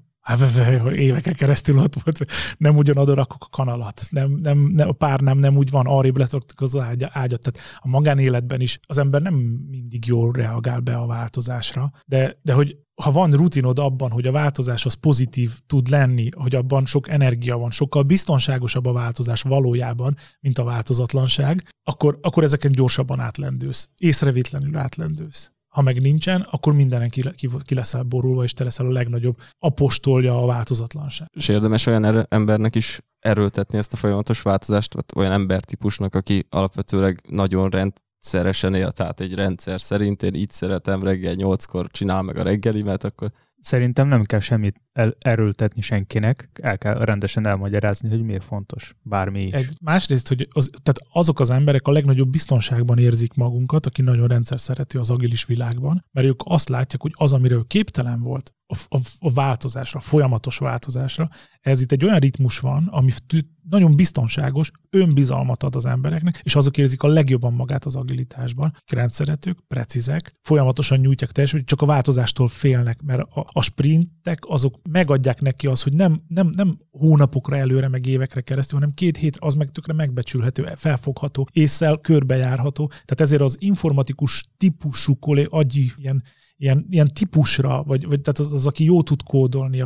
Éveken keresztül ott volt, nem ugyanoda rakok a kanalat, a párnám nem úgy van, arrébb letraktuk az ágyat. Tehát a magánéletben is az ember nem mindig jól reagál be a változásra, de hogy ha van rutinod abban, hogy a változás az pozitív tud lenni, hogy abban sok energia van, sokkal biztonságosabb a változás valójában, mint a változatlanság, akkor ezeken gyorsabban átlendülsz, észrevétlenül átlendülsz. Ha meg nincsen, akkor mindenen ki leszel borulva, és te leszel a legnagyobb apostolja a változatlanság. És érdemes olyan embernek is erőltetni ezt a folyamatos változást, vagy olyan embertípusnak, aki alapvetőleg nagyon rendszeresen él, tehát egy rendszer szerint én így szeretem, reggel 8-kor csinál meg a reggelimet, akkor... Szerintem nem kell semmit erőltetni senkinek, el kell rendesen elmagyarázni, hogy miért fontos bármi is. Másrészt, hogy tehát azok az emberek a legnagyobb biztonságban érzik magunkat, aki nagyon rendszer szerető az agilis világban, mert ők azt látják, hogy az, amiről képtelen volt a változásra, a folyamatos változásra, ez itt egy olyan ritmus van, ami nagyon biztonságos, önbizalmat ad az embereknek, és azok érzik a legjobban magát az agilitásban. Rendszeretők, precízek, folyamatosan nyújtják teljesen, hogy csak a változástól félnek, mert a sprintek azok megadják neki az, hogy nem hónapokra előre, meg évekre keresztül, hanem 2 hétre, az meg tökre megbecsülhető, felfogható, ésszel körbejárható. Tehát ezért az informatikus típusú agyi ilyen típusra, vagy tehát az, aki jó tud kódolni,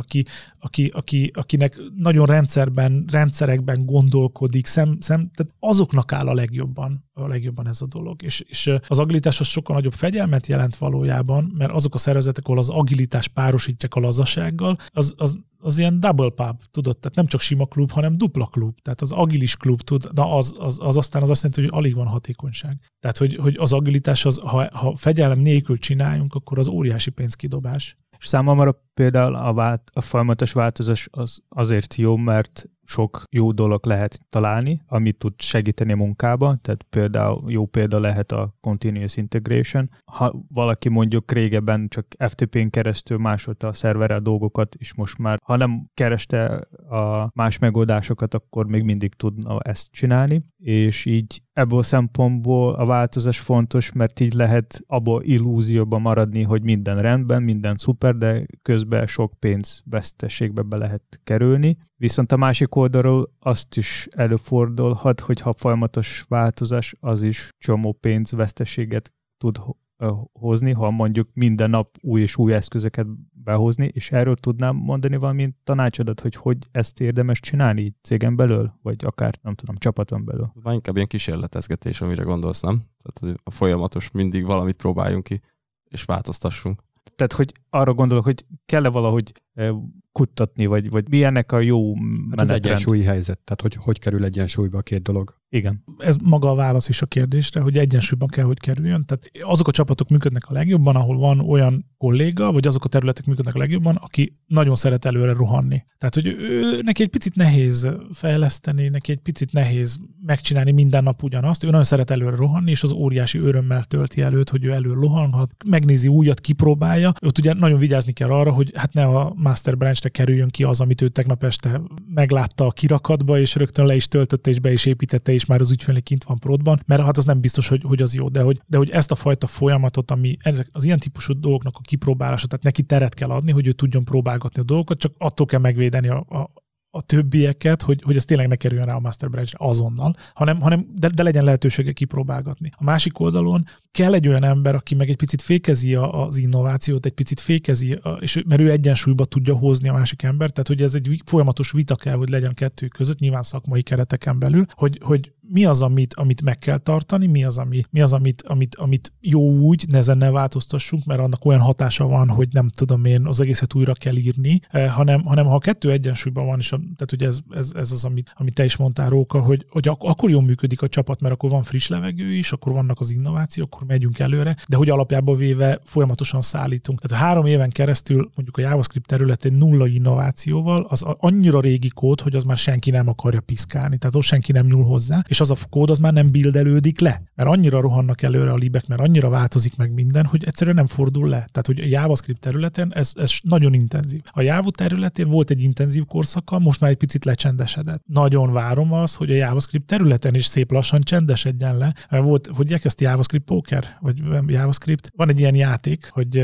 akinek nagyon rendszerekben gondolkodik, tehát azoknak áll a legjobban ez a dolog. És az agilitás az sokkal nagyobb fegyelmet jelent valójában, mert azok a szervezetek, ahol az agilitás párosítják a lazasággal, az ilyen double pub, tudod? Tehát nem csak sima klub, hanem dupla klub. Tehát az agilis klub az aztán az azt jelenti, hogy alig van hatékonyság. Tehát, hogy az agilitás, ha fegyelem nélkül csináljunk, akkor az óriási pénzkidobás. És számomra például a folyamatos változás azért jó, mert sok jó dolog lehet találni, amit tud segíteni a munkába, tehát például jó példa lehet a continuous integration. Ha valaki mondjuk régebben csak FTP-n keresztül másolta a szerverrel dolgokat, és most már, ha nem kereste a más megoldásokat, akkor még mindig tudna ezt csinálni, és így ebből a szempontból a változás fontos, mert így lehet abból illúzióban maradni, hogy minden rendben, minden szuper, de közben sok pénz veszteségbe be lehet kerülni. Viszont a másik oldalról azt is előfordulhat, hogy ha folyamatos változás, az is csomó pénzveszteséget tud hozni, ha mondjuk minden nap új és új eszközöket behozni, és erről tudnám mondani valami tanácsodat, hogy ezt érdemes csinálni így cégen belül, vagy akár, nem tudom, csapaton belül. Ez már inkább ilyen kísérletezgetés, amire gondolsz, nem? Tehát a folyamatos, mindig valamit próbáljunk ki, és változtassunk. Tehát, hogy arra gondolok, hogy kell-e valahogy kuttatni, vagy milyennek a jó menetrend? Az egyensúlyi helyzet, tehát hogy kerül egyensúlyba a két dolog. Igen. Ez maga a válasz is a kérdésre, hogy egyensúlyban kell, hogy kerüljön. Tehát azok a csapatok működnek a legjobban, ahol van olyan kolléga, vagy azok a területek működnek a legjobban, aki nagyon szeret előre rohanni. Tehát, hogy neki egy picit nehéz fejleszteni, neki egy picit nehéz megcsinálni minden nap ugyanazt, ő nagyon szeret előre rohanni, és az óriási örömmel tölti előtt, hogy ő előre rohanhat, megnézi újat, kipróbálja. Ott ugye nagyon vigyázni kell arra, hogy hát ne a master branch-re kerüljön ki az, amit ő tegnap este meglátta a kirakatba, és rögtön le is töltötte, és be is építette, és már az ügyfélnél kint van pródban, mert hát az nem biztos, hogy az jó, de hogy ezt a fajta folyamatot, ami az ilyen típusú dolgoknak a kipróbálása, tehát neki teret kell adni, hogy ő tudjon próbálgatni a dolgokat, csak attól kell megvédeni a többieket, hogy ez tényleg ne kerüljön rá a master branch-re azonnal, de legyen lehetősége kipróbálgatni. A másik oldalon kell egy olyan ember, aki meg egy picit fékezi az innovációt, egy picit fékezi, mert ő egyensúlyba tudja hozni a másik embert, tehát hogy ez egy folyamatos vita kell, hogy legyen kettő között, nyilván szakmai kereteken belül, hogy mi az, amit meg kell tartani, mi az, amit jó úgy, nehezen ne változtassunk, mert annak olyan hatása van, hogy nem tudom én, az egészet újra kell írni, hanem ha a kettő egyensúlyban van, és tehát ugye ez az, amit te is mondtál, Róka, hogy akkor jól működik a csapat, mert akkor van friss levegő is, akkor vannak az innovációk, akkor megyünk előre, de hogy alapjában véve folyamatosan szállítunk. Tehát 3 éven keresztül mondjuk a JavaScript területén 0 innovációval, az annyira régi kód, hogy az már senki nem akarja piszkálni, tehát ott senki nem nyúl hozzá, és az a kód az már nem buildelődik le, mert annyira rohannak előre a libek, mert annyira változik meg minden, hogy egyszerűen nem fordul le. Tehát, hogy a JavaScript területen ez nagyon intenzív. A Java területén volt egy intenzív korszaka, most már egy picit lecsendesedett. Nagyon várom az, hogy a JavaScript területen is szép lassan csendesedjen le. Volt, hogy ezt JavaScript Poker, vagy JavaScript. Van egy ilyen játék, hogy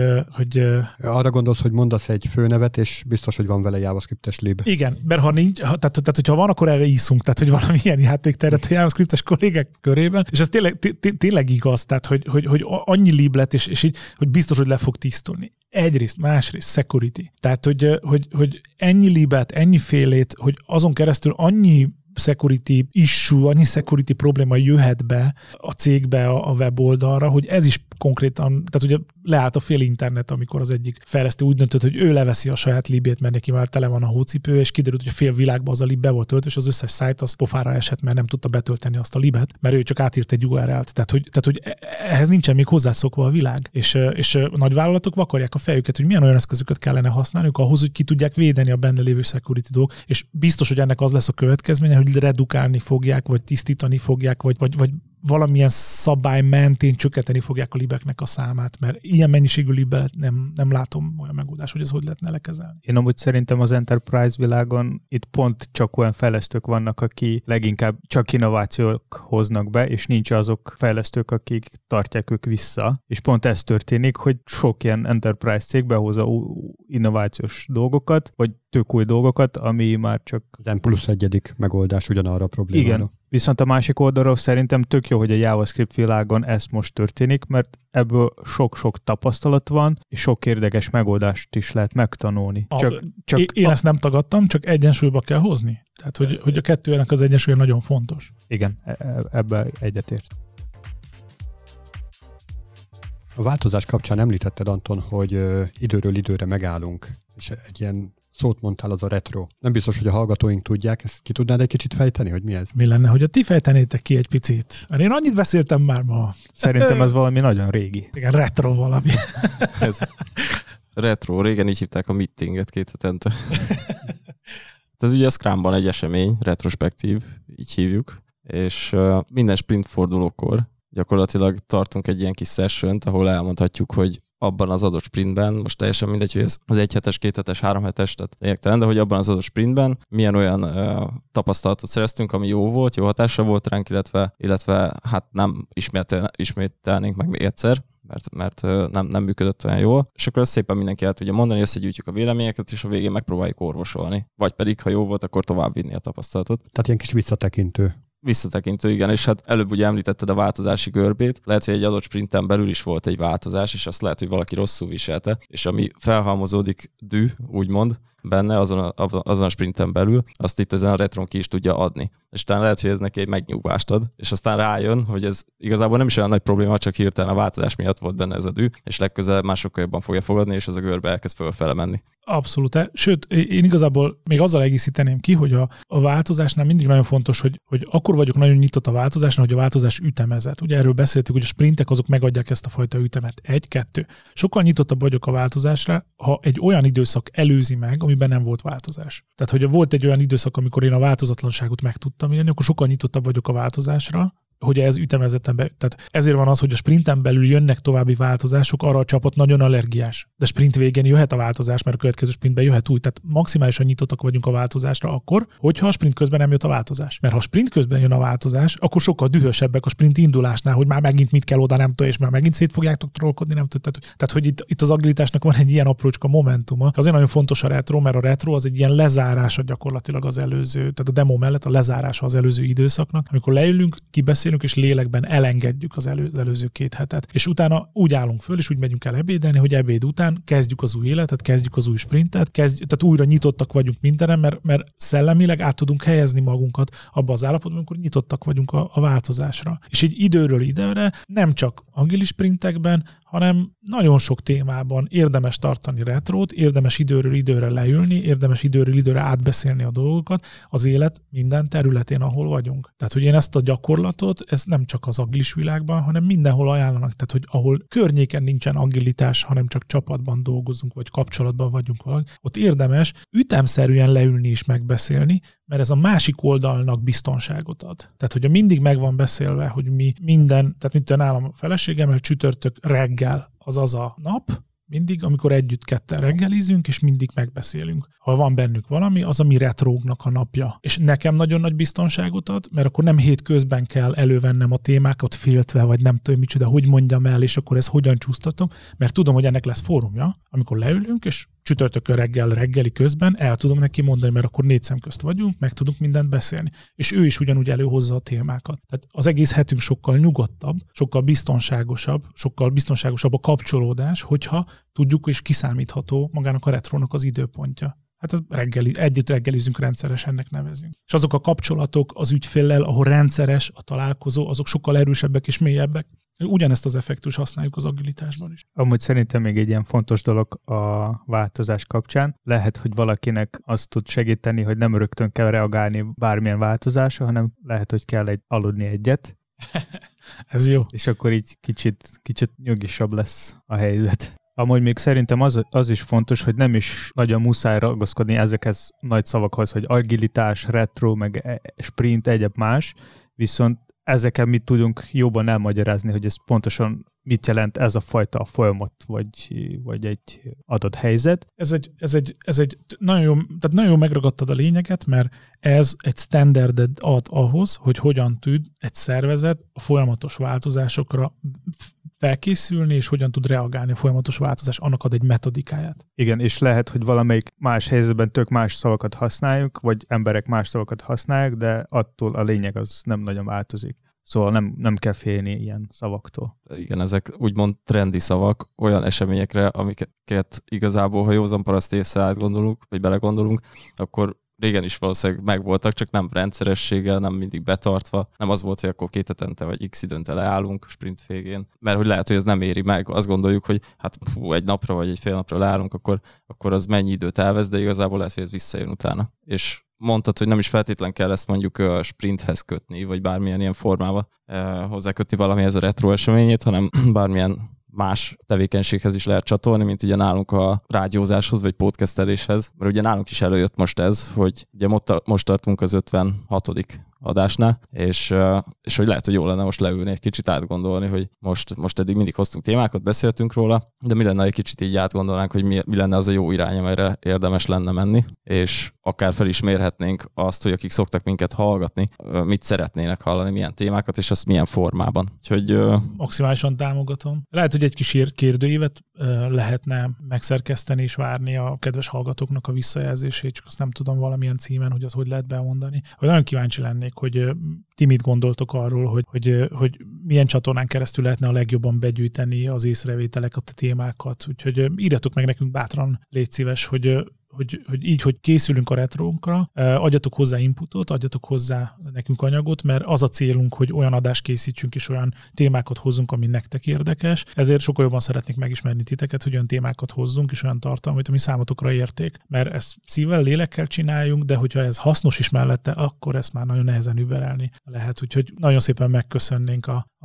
arra gondolsz, hogy mondasz egy főnevet, és biztos, hogy van vele JavaScript-es lib. Igen, mert ha nincs, tehát hogyha van, akkor erre iszunk, tehát hogy valamilyen játék terület a JavaScript-es kollégák körében, és ez tényleg igaz, tehát hogy annyi lib lett, és így, hogy biztos, hogy le fog tisztulni. Egyrészt, másrészt security. Tehát, hogy ennyi libet, ennyi félét, hogy azon keresztül annyi security issue, annyi security probléma jöhet be a cégbe, a weboldalra, hogy ez is konkrétan, tehát ugye leállt a fél internet, amikor az egyik fejlesztő úgy döntött, hogy ő leveszi a saját libét, mert neki már tele van a hócipő, és kiderült, hogy a fél világban az a lib be volt töltve, és az összes szájt az pofára esett, mert nem tudta betölteni azt a libet, mert ő csak átírt egy URL-t. Tehát, hogy ehhez nincsen még hozzászokva a világ. És nagyvállalatok vakarják a fejüket, hogy milyen olyan eszközöket kellene használniuk ahhoz, hogy ki tudják védeni a benne lévő security dolgok, és biztos, hogy ennek az lesz a következménye, hogy redukálni fogják, vagy tisztítani fogják, vagy valamilyen szabály mentén csökkenteni fogják a libeknek a számát, mert ilyen mennyiségű libet nem látom olyan megoldás, hogy ez hogy lehetne lekezelni. Én amúgy szerintem az enterprise világon itt pont csak olyan fejlesztők vannak, aki leginkább csak innovációk hoznak be, és nincs azok fejlesztők, akik tartják ők vissza. És pont ez történik, hogy sok ilyen enterprise cég behozza innovációs dolgokat, vagy tök új dolgokat, ami már csak... Az N+1 megoldás ugyanarra a problémára. Igen, viszont a másik oldalról szerintem tök jó, hogy a JavaScript világon ez most történik, mert ebből sok-sok tapasztalat van, és sok érdekes megoldást is lehet megtanulni. Én ezt nem tagadtam, csak egyensúlyba kell hozni. Tehát, hogy a kettőnek az egyensúlya nagyon fontos. Igen, ebben egyetért. A változás kapcsán említetted, Anton, hogy időről időre megállunk, és egy ilyen szót mondtál, az a retro. Nem biztos, hogy a hallgatóink tudják, ezt ki tudnád egy kicsit fejteni, hogy mi ez? Mi lenne, hogy ti fejtenétek ki egy picit? Mert én annyit beszéltem már ma. Szerintem ez valami nagyon régi. Igen, retro valami. Ez retro, régen így hívták a meetinget 2 hetente. Ez ugye a Scrumban egy esemény, retrospektív, így hívjuk, és minden sprint fordulókor gyakorlatilag tartunk egy ilyen kis sessiont, ahol elmondhatjuk, hogy abban az adott sprintben, most teljesen mindegy, hogy ez az 1 hetes, 2 hetes, 3 hetes, tehát lényegtelen, de hogy abban az adott sprintben milyen olyan tapasztalatot szereztünk, ami jó volt, jó hatása volt ránk, illetve hát nem ismételnénk meg még egyszer, mert nem működött olyan jól. És akkor ezt szépen mindenki el tudja mondani, összegyűjtjük a véleményeket, és a végén megpróbáljuk orvosolni. Vagy pedig, ha jó volt, akkor továbbvinni a tapasztalatot. Tehát ilyen kis Visszatekintő, igen, és hát előbb ugye említetted a változási görbét. Lehet, hogy egy adott sprinten belül is volt egy változás, és azt lehet, hogy valaki rosszul viselte, és ami felhalmozódik úgymond, benne azon a sprinten belül, azt itt ezen a retron ki is tudja adni. És talán lehet, hogy ez neki egy megnyugvást ad, és aztán rájön, hogy ez igazából nem is olyan nagy probléma, csak hirtelen a változás miatt volt benne ez a dű, és legközelebb már sokkal jobban fogja fogadni, és ez a görbe elkezd fölfele menni. Abszolút. Sőt, én igazából még azzal egészíteném ki, hogy a változásnál mindig nagyon fontos, hogy akkor vagyok nagyon nyitott a változásnál, hogy a változás ütemezett. Ugye erről beszéltük, hogy a sprintek azok megadják ezt a fajta ütemet. 1, 2. Sokkal nyitottabb vagyok a változásra, ha egy olyan időszak előzi meg, amiben nem volt változás. Tehát, hogy volt egy olyan időszak, amikor én a változatlanságot meg tudtam élni, akkor sokkal nyitottabb vagyok a változásra, hogy ez ütemezetten tehát ezért van az, hogy a sprinten belül jönnek további változások, arra a csapat nagyon allergiás. De sprint végén jöhet a változás, mert a következő sprintben jöhet új. Tehát maximálisan nyitottak vagyunk a változásra akkor, hogyha a sprint közben nem jött a változás. Mert ha a sprint közben jön a változás, akkor sokkal dühösebbek a sprint indulásnál, hogy már megint mit kell oda, nem tudom, és már megint szét fogjátok trollkodni, nem tudom. Tehát hogy itt az agilitásnak van egy ilyen aprócska momentuma. Azért nagyon fontos a retro, mert a retro az egy ilyen lezárása gyakorlatilag az előző, tehát a demo mellett a lezárása az előző időszaknak, amikor leülünk, kibeszélünk, és lélekben elengedjük az előző 2 hetet. És utána úgy állunk föl, és úgy megyünk el ebédelni, hogy ebéd után kezdjük az új életet, kezdjük az új sprintet, tehát újra nyitottak vagyunk mindenen, mert szellemileg át tudunk helyezni magunkat abba az állapotban, amikor nyitottak vagyunk a változásra. És így időről időre nem csak agilis sprintekben, hanem nagyon sok témában érdemes tartani retrót, érdemes időről időre leülni, érdemes időről időre átbeszélni a dolgokat az élet minden területén, ahol vagyunk. Tehát, hogy én ezt a gyakorlatot, ez nem csak az agilis világban, hanem mindenhol ajánlanak. Tehát, hogy ahol környéken nincsen agilitás, hanem csak csapatban dolgozunk, vagy kapcsolatban vagyunk valami, ott érdemes ütemszerűen leülni és megbeszélni, mert ez a másik oldalnak biztonságot ad. Tehát, hogyha mindig meg van beszélve, hogy mi minden, tehát mint nálam a feleségemmel csütörtök reggel az a nap, mindig, amikor együtt ketten reggelizünk, és mindig megbeszélünk. Ha van bennük valami, az a mi retróknak a napja. És nekem nagyon nagy biztonságot ad, mert akkor nem hétközben kell elővennem a témákat féltve, vagy nem tudom micsoda, hogy mondjam el, és akkor ezt hogyan csúsztatom, mert tudom, hogy ennek lesz fórumja, amikor leülünk, és csütörtökön reggeli közben el tudom neki mondani, mert akkor 4 szem közt vagyunk, meg tudunk mindent beszélni. És ő is ugyanúgy előhozza a témákat. Tehát az egész hetünk sokkal nyugodtabb, sokkal biztonságosabb a kapcsolódás, hogyha tudjuk és kiszámítható magának a retrónak az időpontja. Hát együtt reggelizünk, rendszeresen ennek nevezünk. És azok a kapcsolatok az ügyféllel, ahol rendszeres a találkozó, azok sokkal erősebbek és mélyebbek. Ugyanezt az effektus használjuk az agilitásban is. Amúgy szerintem még egy ilyen fontos dolog a változás kapcsán. Lehet, hogy valakinek azt tud segíteni, hogy nem rögtön kell reagálni bármilyen változásra, hanem lehet, hogy kell aludni egyet. Ez jó. És akkor így kicsit nyugisabb lesz a helyzet. Amúgy még szerintem az is fontos, hogy nem is nagyon muszáj ragaszkodni ezekhez nagy szavakhoz, hogy agilitás, retro, meg sprint, egyéb más, viszont ezeken mit tudunk jobban elmagyarázni, hogy ez pontosan mit jelent ez a fajta folyamat, vagy egy adott helyzet. Ez egy nagyon jó, tehát nagyon jó megragadtad a lényeget, mert ez egy standardet ad ahhoz, hogy hogyan tud egy szervezet a folyamatos változásokra felkészülni, és hogyan tud reagálni a folyamatos változás, annak ad egy metodikáját. Igen, és lehet, hogy valamelyik más helyzetben tök más szavakat használjuk, vagy emberek más szavakat használják, de attól a lényeg az nem nagyon változik. Szóval nem kell félni ilyen szavaktól. Igen, ezek úgymond trendi szavak olyan eseményekre, amiket igazából, ha józan paraszt észre átgondolunk, vagy belegondolunk, akkor régen is valószínűleg megvoltak, csak nem rendszerességgel, nem mindig betartva. Nem az volt, hogy akkor 2 hetente vagy x időnte leállunk sprint végén, mert hogy lehet, hogy ez nem éri meg. Azt gondoljuk, hogy hát egy napra vagy egy fél napra leállunk, akkor az mennyi időt elvesz, de igazából lehet, hogy ez visszajön utána. És mondtad, hogy nem is feltétlen kell ezt mondjuk a sprinthez kötni, vagy bármilyen ilyen formába hozzákötni valamihez a retro eseményét, hanem bármilyen más tevékenységhez is lehet csatolni, mint ugye nálunk a rádiózáshoz, vagy podcasteléshez. Mert ugye nálunk is előjött most ez, hogy ugye most tartunk az 56. adásnál, és hogy lehet, hogy jó lenne most leülni egy kicsit átgondolni, hogy most eddig mindig hoztunk témákat, beszéltünk róla, de mi lenne, egy kicsit így átgondolnánk, hogy mi lenne az a jó irány, amelyre érdemes lenne menni, és akár fel is mérhetnénk azt, hogy akik szoktak minket hallgatni, mit szeretnének hallani, milyen témákat, és azt milyen formában. Úgyhogy maximálisan támogatom. Lehet, hogy egy kis kérdőívet lehetne megszerkeszteni és várni a kedves hallgatóknak a visszajelzését, csak azt nem tudom valamilyen címen, hogy az hogy lehet bemondani. Hogy nagyon kíváncsi lennék, hogy ti mit gondoltok arról, hogy milyen csatornán keresztül lehetne a legjobban begyűjteni az észrevételeket, a témákat. Úgyhogy írjatok meg nekünk bátran, légy szíves, hogy így, hogy készülünk a retrónkra, adjatok hozzá inputot, adjatok hozzá nekünk anyagot, mert az a célunk, hogy olyan adást készítsünk és olyan témákat hozzunk, ami nektek érdekes. Ezért sokkal jobban szeretnék megismerni titeket, hogy olyan témákat hozzunk és olyan tartalmat, ami számotokra érték. Mert ezt szívvel, lélekkel csináljunk, de hogyha ez hasznos is mellette, akkor ezt már nagyon nehezen überelni lehet. Úgyhogy nagyon szépen megköszönnénk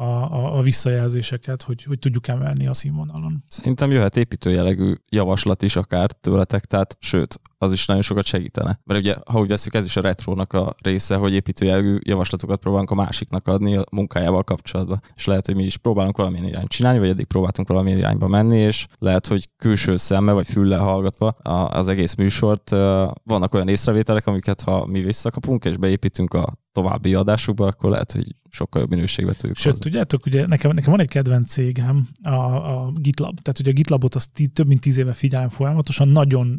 a visszajelzéseket, hogy tudjuk emelni a színvonalon. Szerintem jöhet építőjellegű javaslat is akár tőletek, tehát sőt, az is nagyon sokat segítene. Mert ugye, ha úgy veszük, ez is a retrónak a része, hogy építőjellegű javaslatokat próbálunk a másiknak adni a munkájával kapcsolatban. És lehet, hogy mi is próbálunk valamilyen irányt csinálni, vagy eddig próbáltunk valamilyen irányba menni, és lehet, hogy külső szemmel vagy füllel hallgatva az egész műsort vannak olyan észrevételek, amiket ha mi visszakapunk és beépítünk a további adásukba, akkor lehet, hogy sokkal jobb minőségbe tudjuk hozni. Sőt, tudjátok, ugye nekem van egy kedvenc cégem, a GitLab. Tehát ugye a GitLabot azt több mint 10 éve figyelem folyamatosan,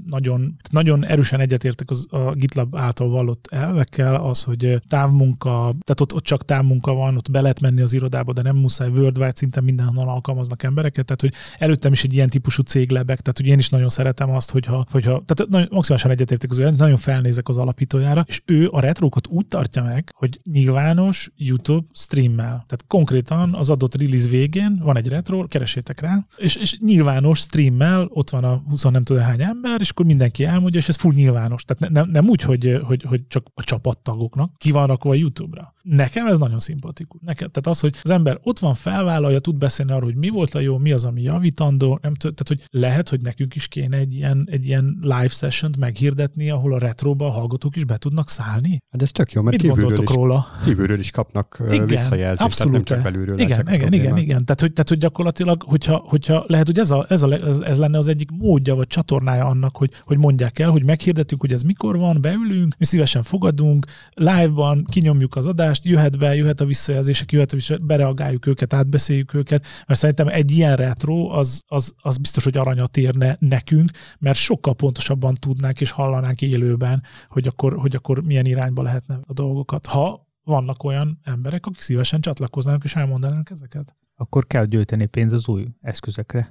nagyon erősen egyetértek a GitLab által vallott elvekkel, az, hogy távmunka, tehát ott csak távmunka van, ott be lehet menni az irodába, de nem muszáj, worldwide szinten mindenhol alkalmaznak embereket, tehát hogy előttem is egy ilyen típusú cég lebeg, tehát hogy én is nagyon szeretem azt, hogyha tehát maximálisan egyetértek az ő, nagyon felnézek az alapítójára, és ő a retrókat úgy tartja meg, hogy nyilvános YouTube streammel. Tehát konkrétan az adott release végén van egy retro, keresétek rá, és nyilvános streammel, ott van a 20 nem tudom hány ember, és akkor mindenki elmondja, és ez full nyilvános. Tehát nem úgy, hogy csak a csapattagoknak ki van rakva a YouTube-ra. Nekem ez nagyon szimpatikus. Tehát az, hogy az ember ott van, felvállalja, tud beszélni arról, hogy mi volt a jó, mi az, ami javítandó, tehát hogy lehet, hogy nekünk is kéne egy ilyen live sessiont meghirdetni, ahol a retróba a hallgatók is be tudnak szállni. Hát ez tök jó, mert kívülről is kapnak visszajelzést, abszolút, tehát nem csak belülről. Igen. Tehát, hogy gyakorlatilag, hogyha lehet, hogy ez lenne az egyik módja, vagy csatornája annak, hogy mondják el, hogy meghirdetjük, hogy ez mikor van, beülünk, mi szívesen fogadunk, live-ban kinyomjuk az adást, jöhet a visszajelzések, bereagáljuk őket, átbeszéljük őket, mert szerintem egy ilyen retro az biztos, hogy aranyat érne nekünk, mert sokkal pontosabban tudnánk és hallanánk élőben, hogy akkor milyen irányba lehetne a dolgokat. Ha vannak olyan emberek, akik szívesen csatlakoznának és elmondanának ezeket. Akkor kell gyűjteni pénzt az új eszközökre.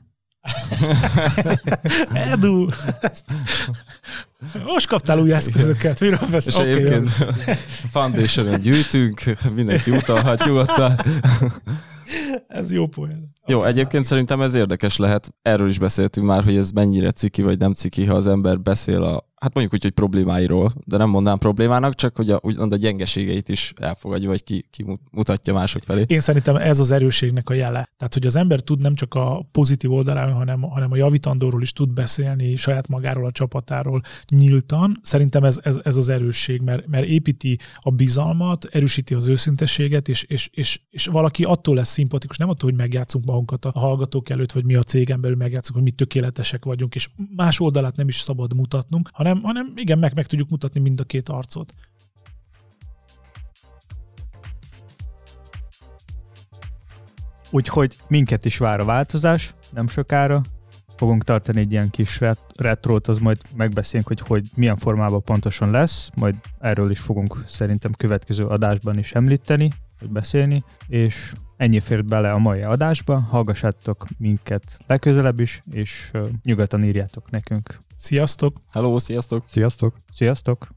Edu! Most kaptál új eszközöket, miről vesz? És egyébként Foundation-on gyűjtünk, mindenki utalhat nyugodtan. Ez jó poén. Jó, egyébként szerintem ez érdekes lehet. Erről is beszéltünk már, hogy ez mennyire ciki vagy nem ciki, ha az ember beszél hát mondjuk úgy, hogy problémáiról, de nem mondanám problémának, csak hogy úgymond a gyengeségeit is elfogadja, vagy ki mutatja mások felé. Én szerintem ez az erősségnek a jele. Tehát, hogy az ember tud nem csak a pozitív oldaláról, hanem a javítandóról is tud beszélni, saját magáról, a csapatáról nyíltan. Szerintem ez az erősség, mert építi a bizalmat, erősíti az őszintességet, és valaki attól lesz szimpatikus, nem attól, hogy megjátszunk magunkat a hallgatók előtt, vagy mi a cégen belül megjátszunk, hogy mi tökéletesek vagyunk, és más oldalát nem is szabad mutatnunk, hanem igen, meg tudjuk mutatni mind a két arcot. Úgyhogy minket is vár a változás, nem sokára. Fogunk tartani egy ilyen kis retrót, az majd megbeszélünk, hogy milyen formában pontosan lesz, majd erről is fogunk szerintem következő adásban is említeni, vagy beszélni, és ennyi fért bele a mai adásba, hallgassátok minket legközelebb is, és nyugodtan írjátok nekünk. Sziasztok! Hello, sziasztok! Sziasztok! Sziasztok!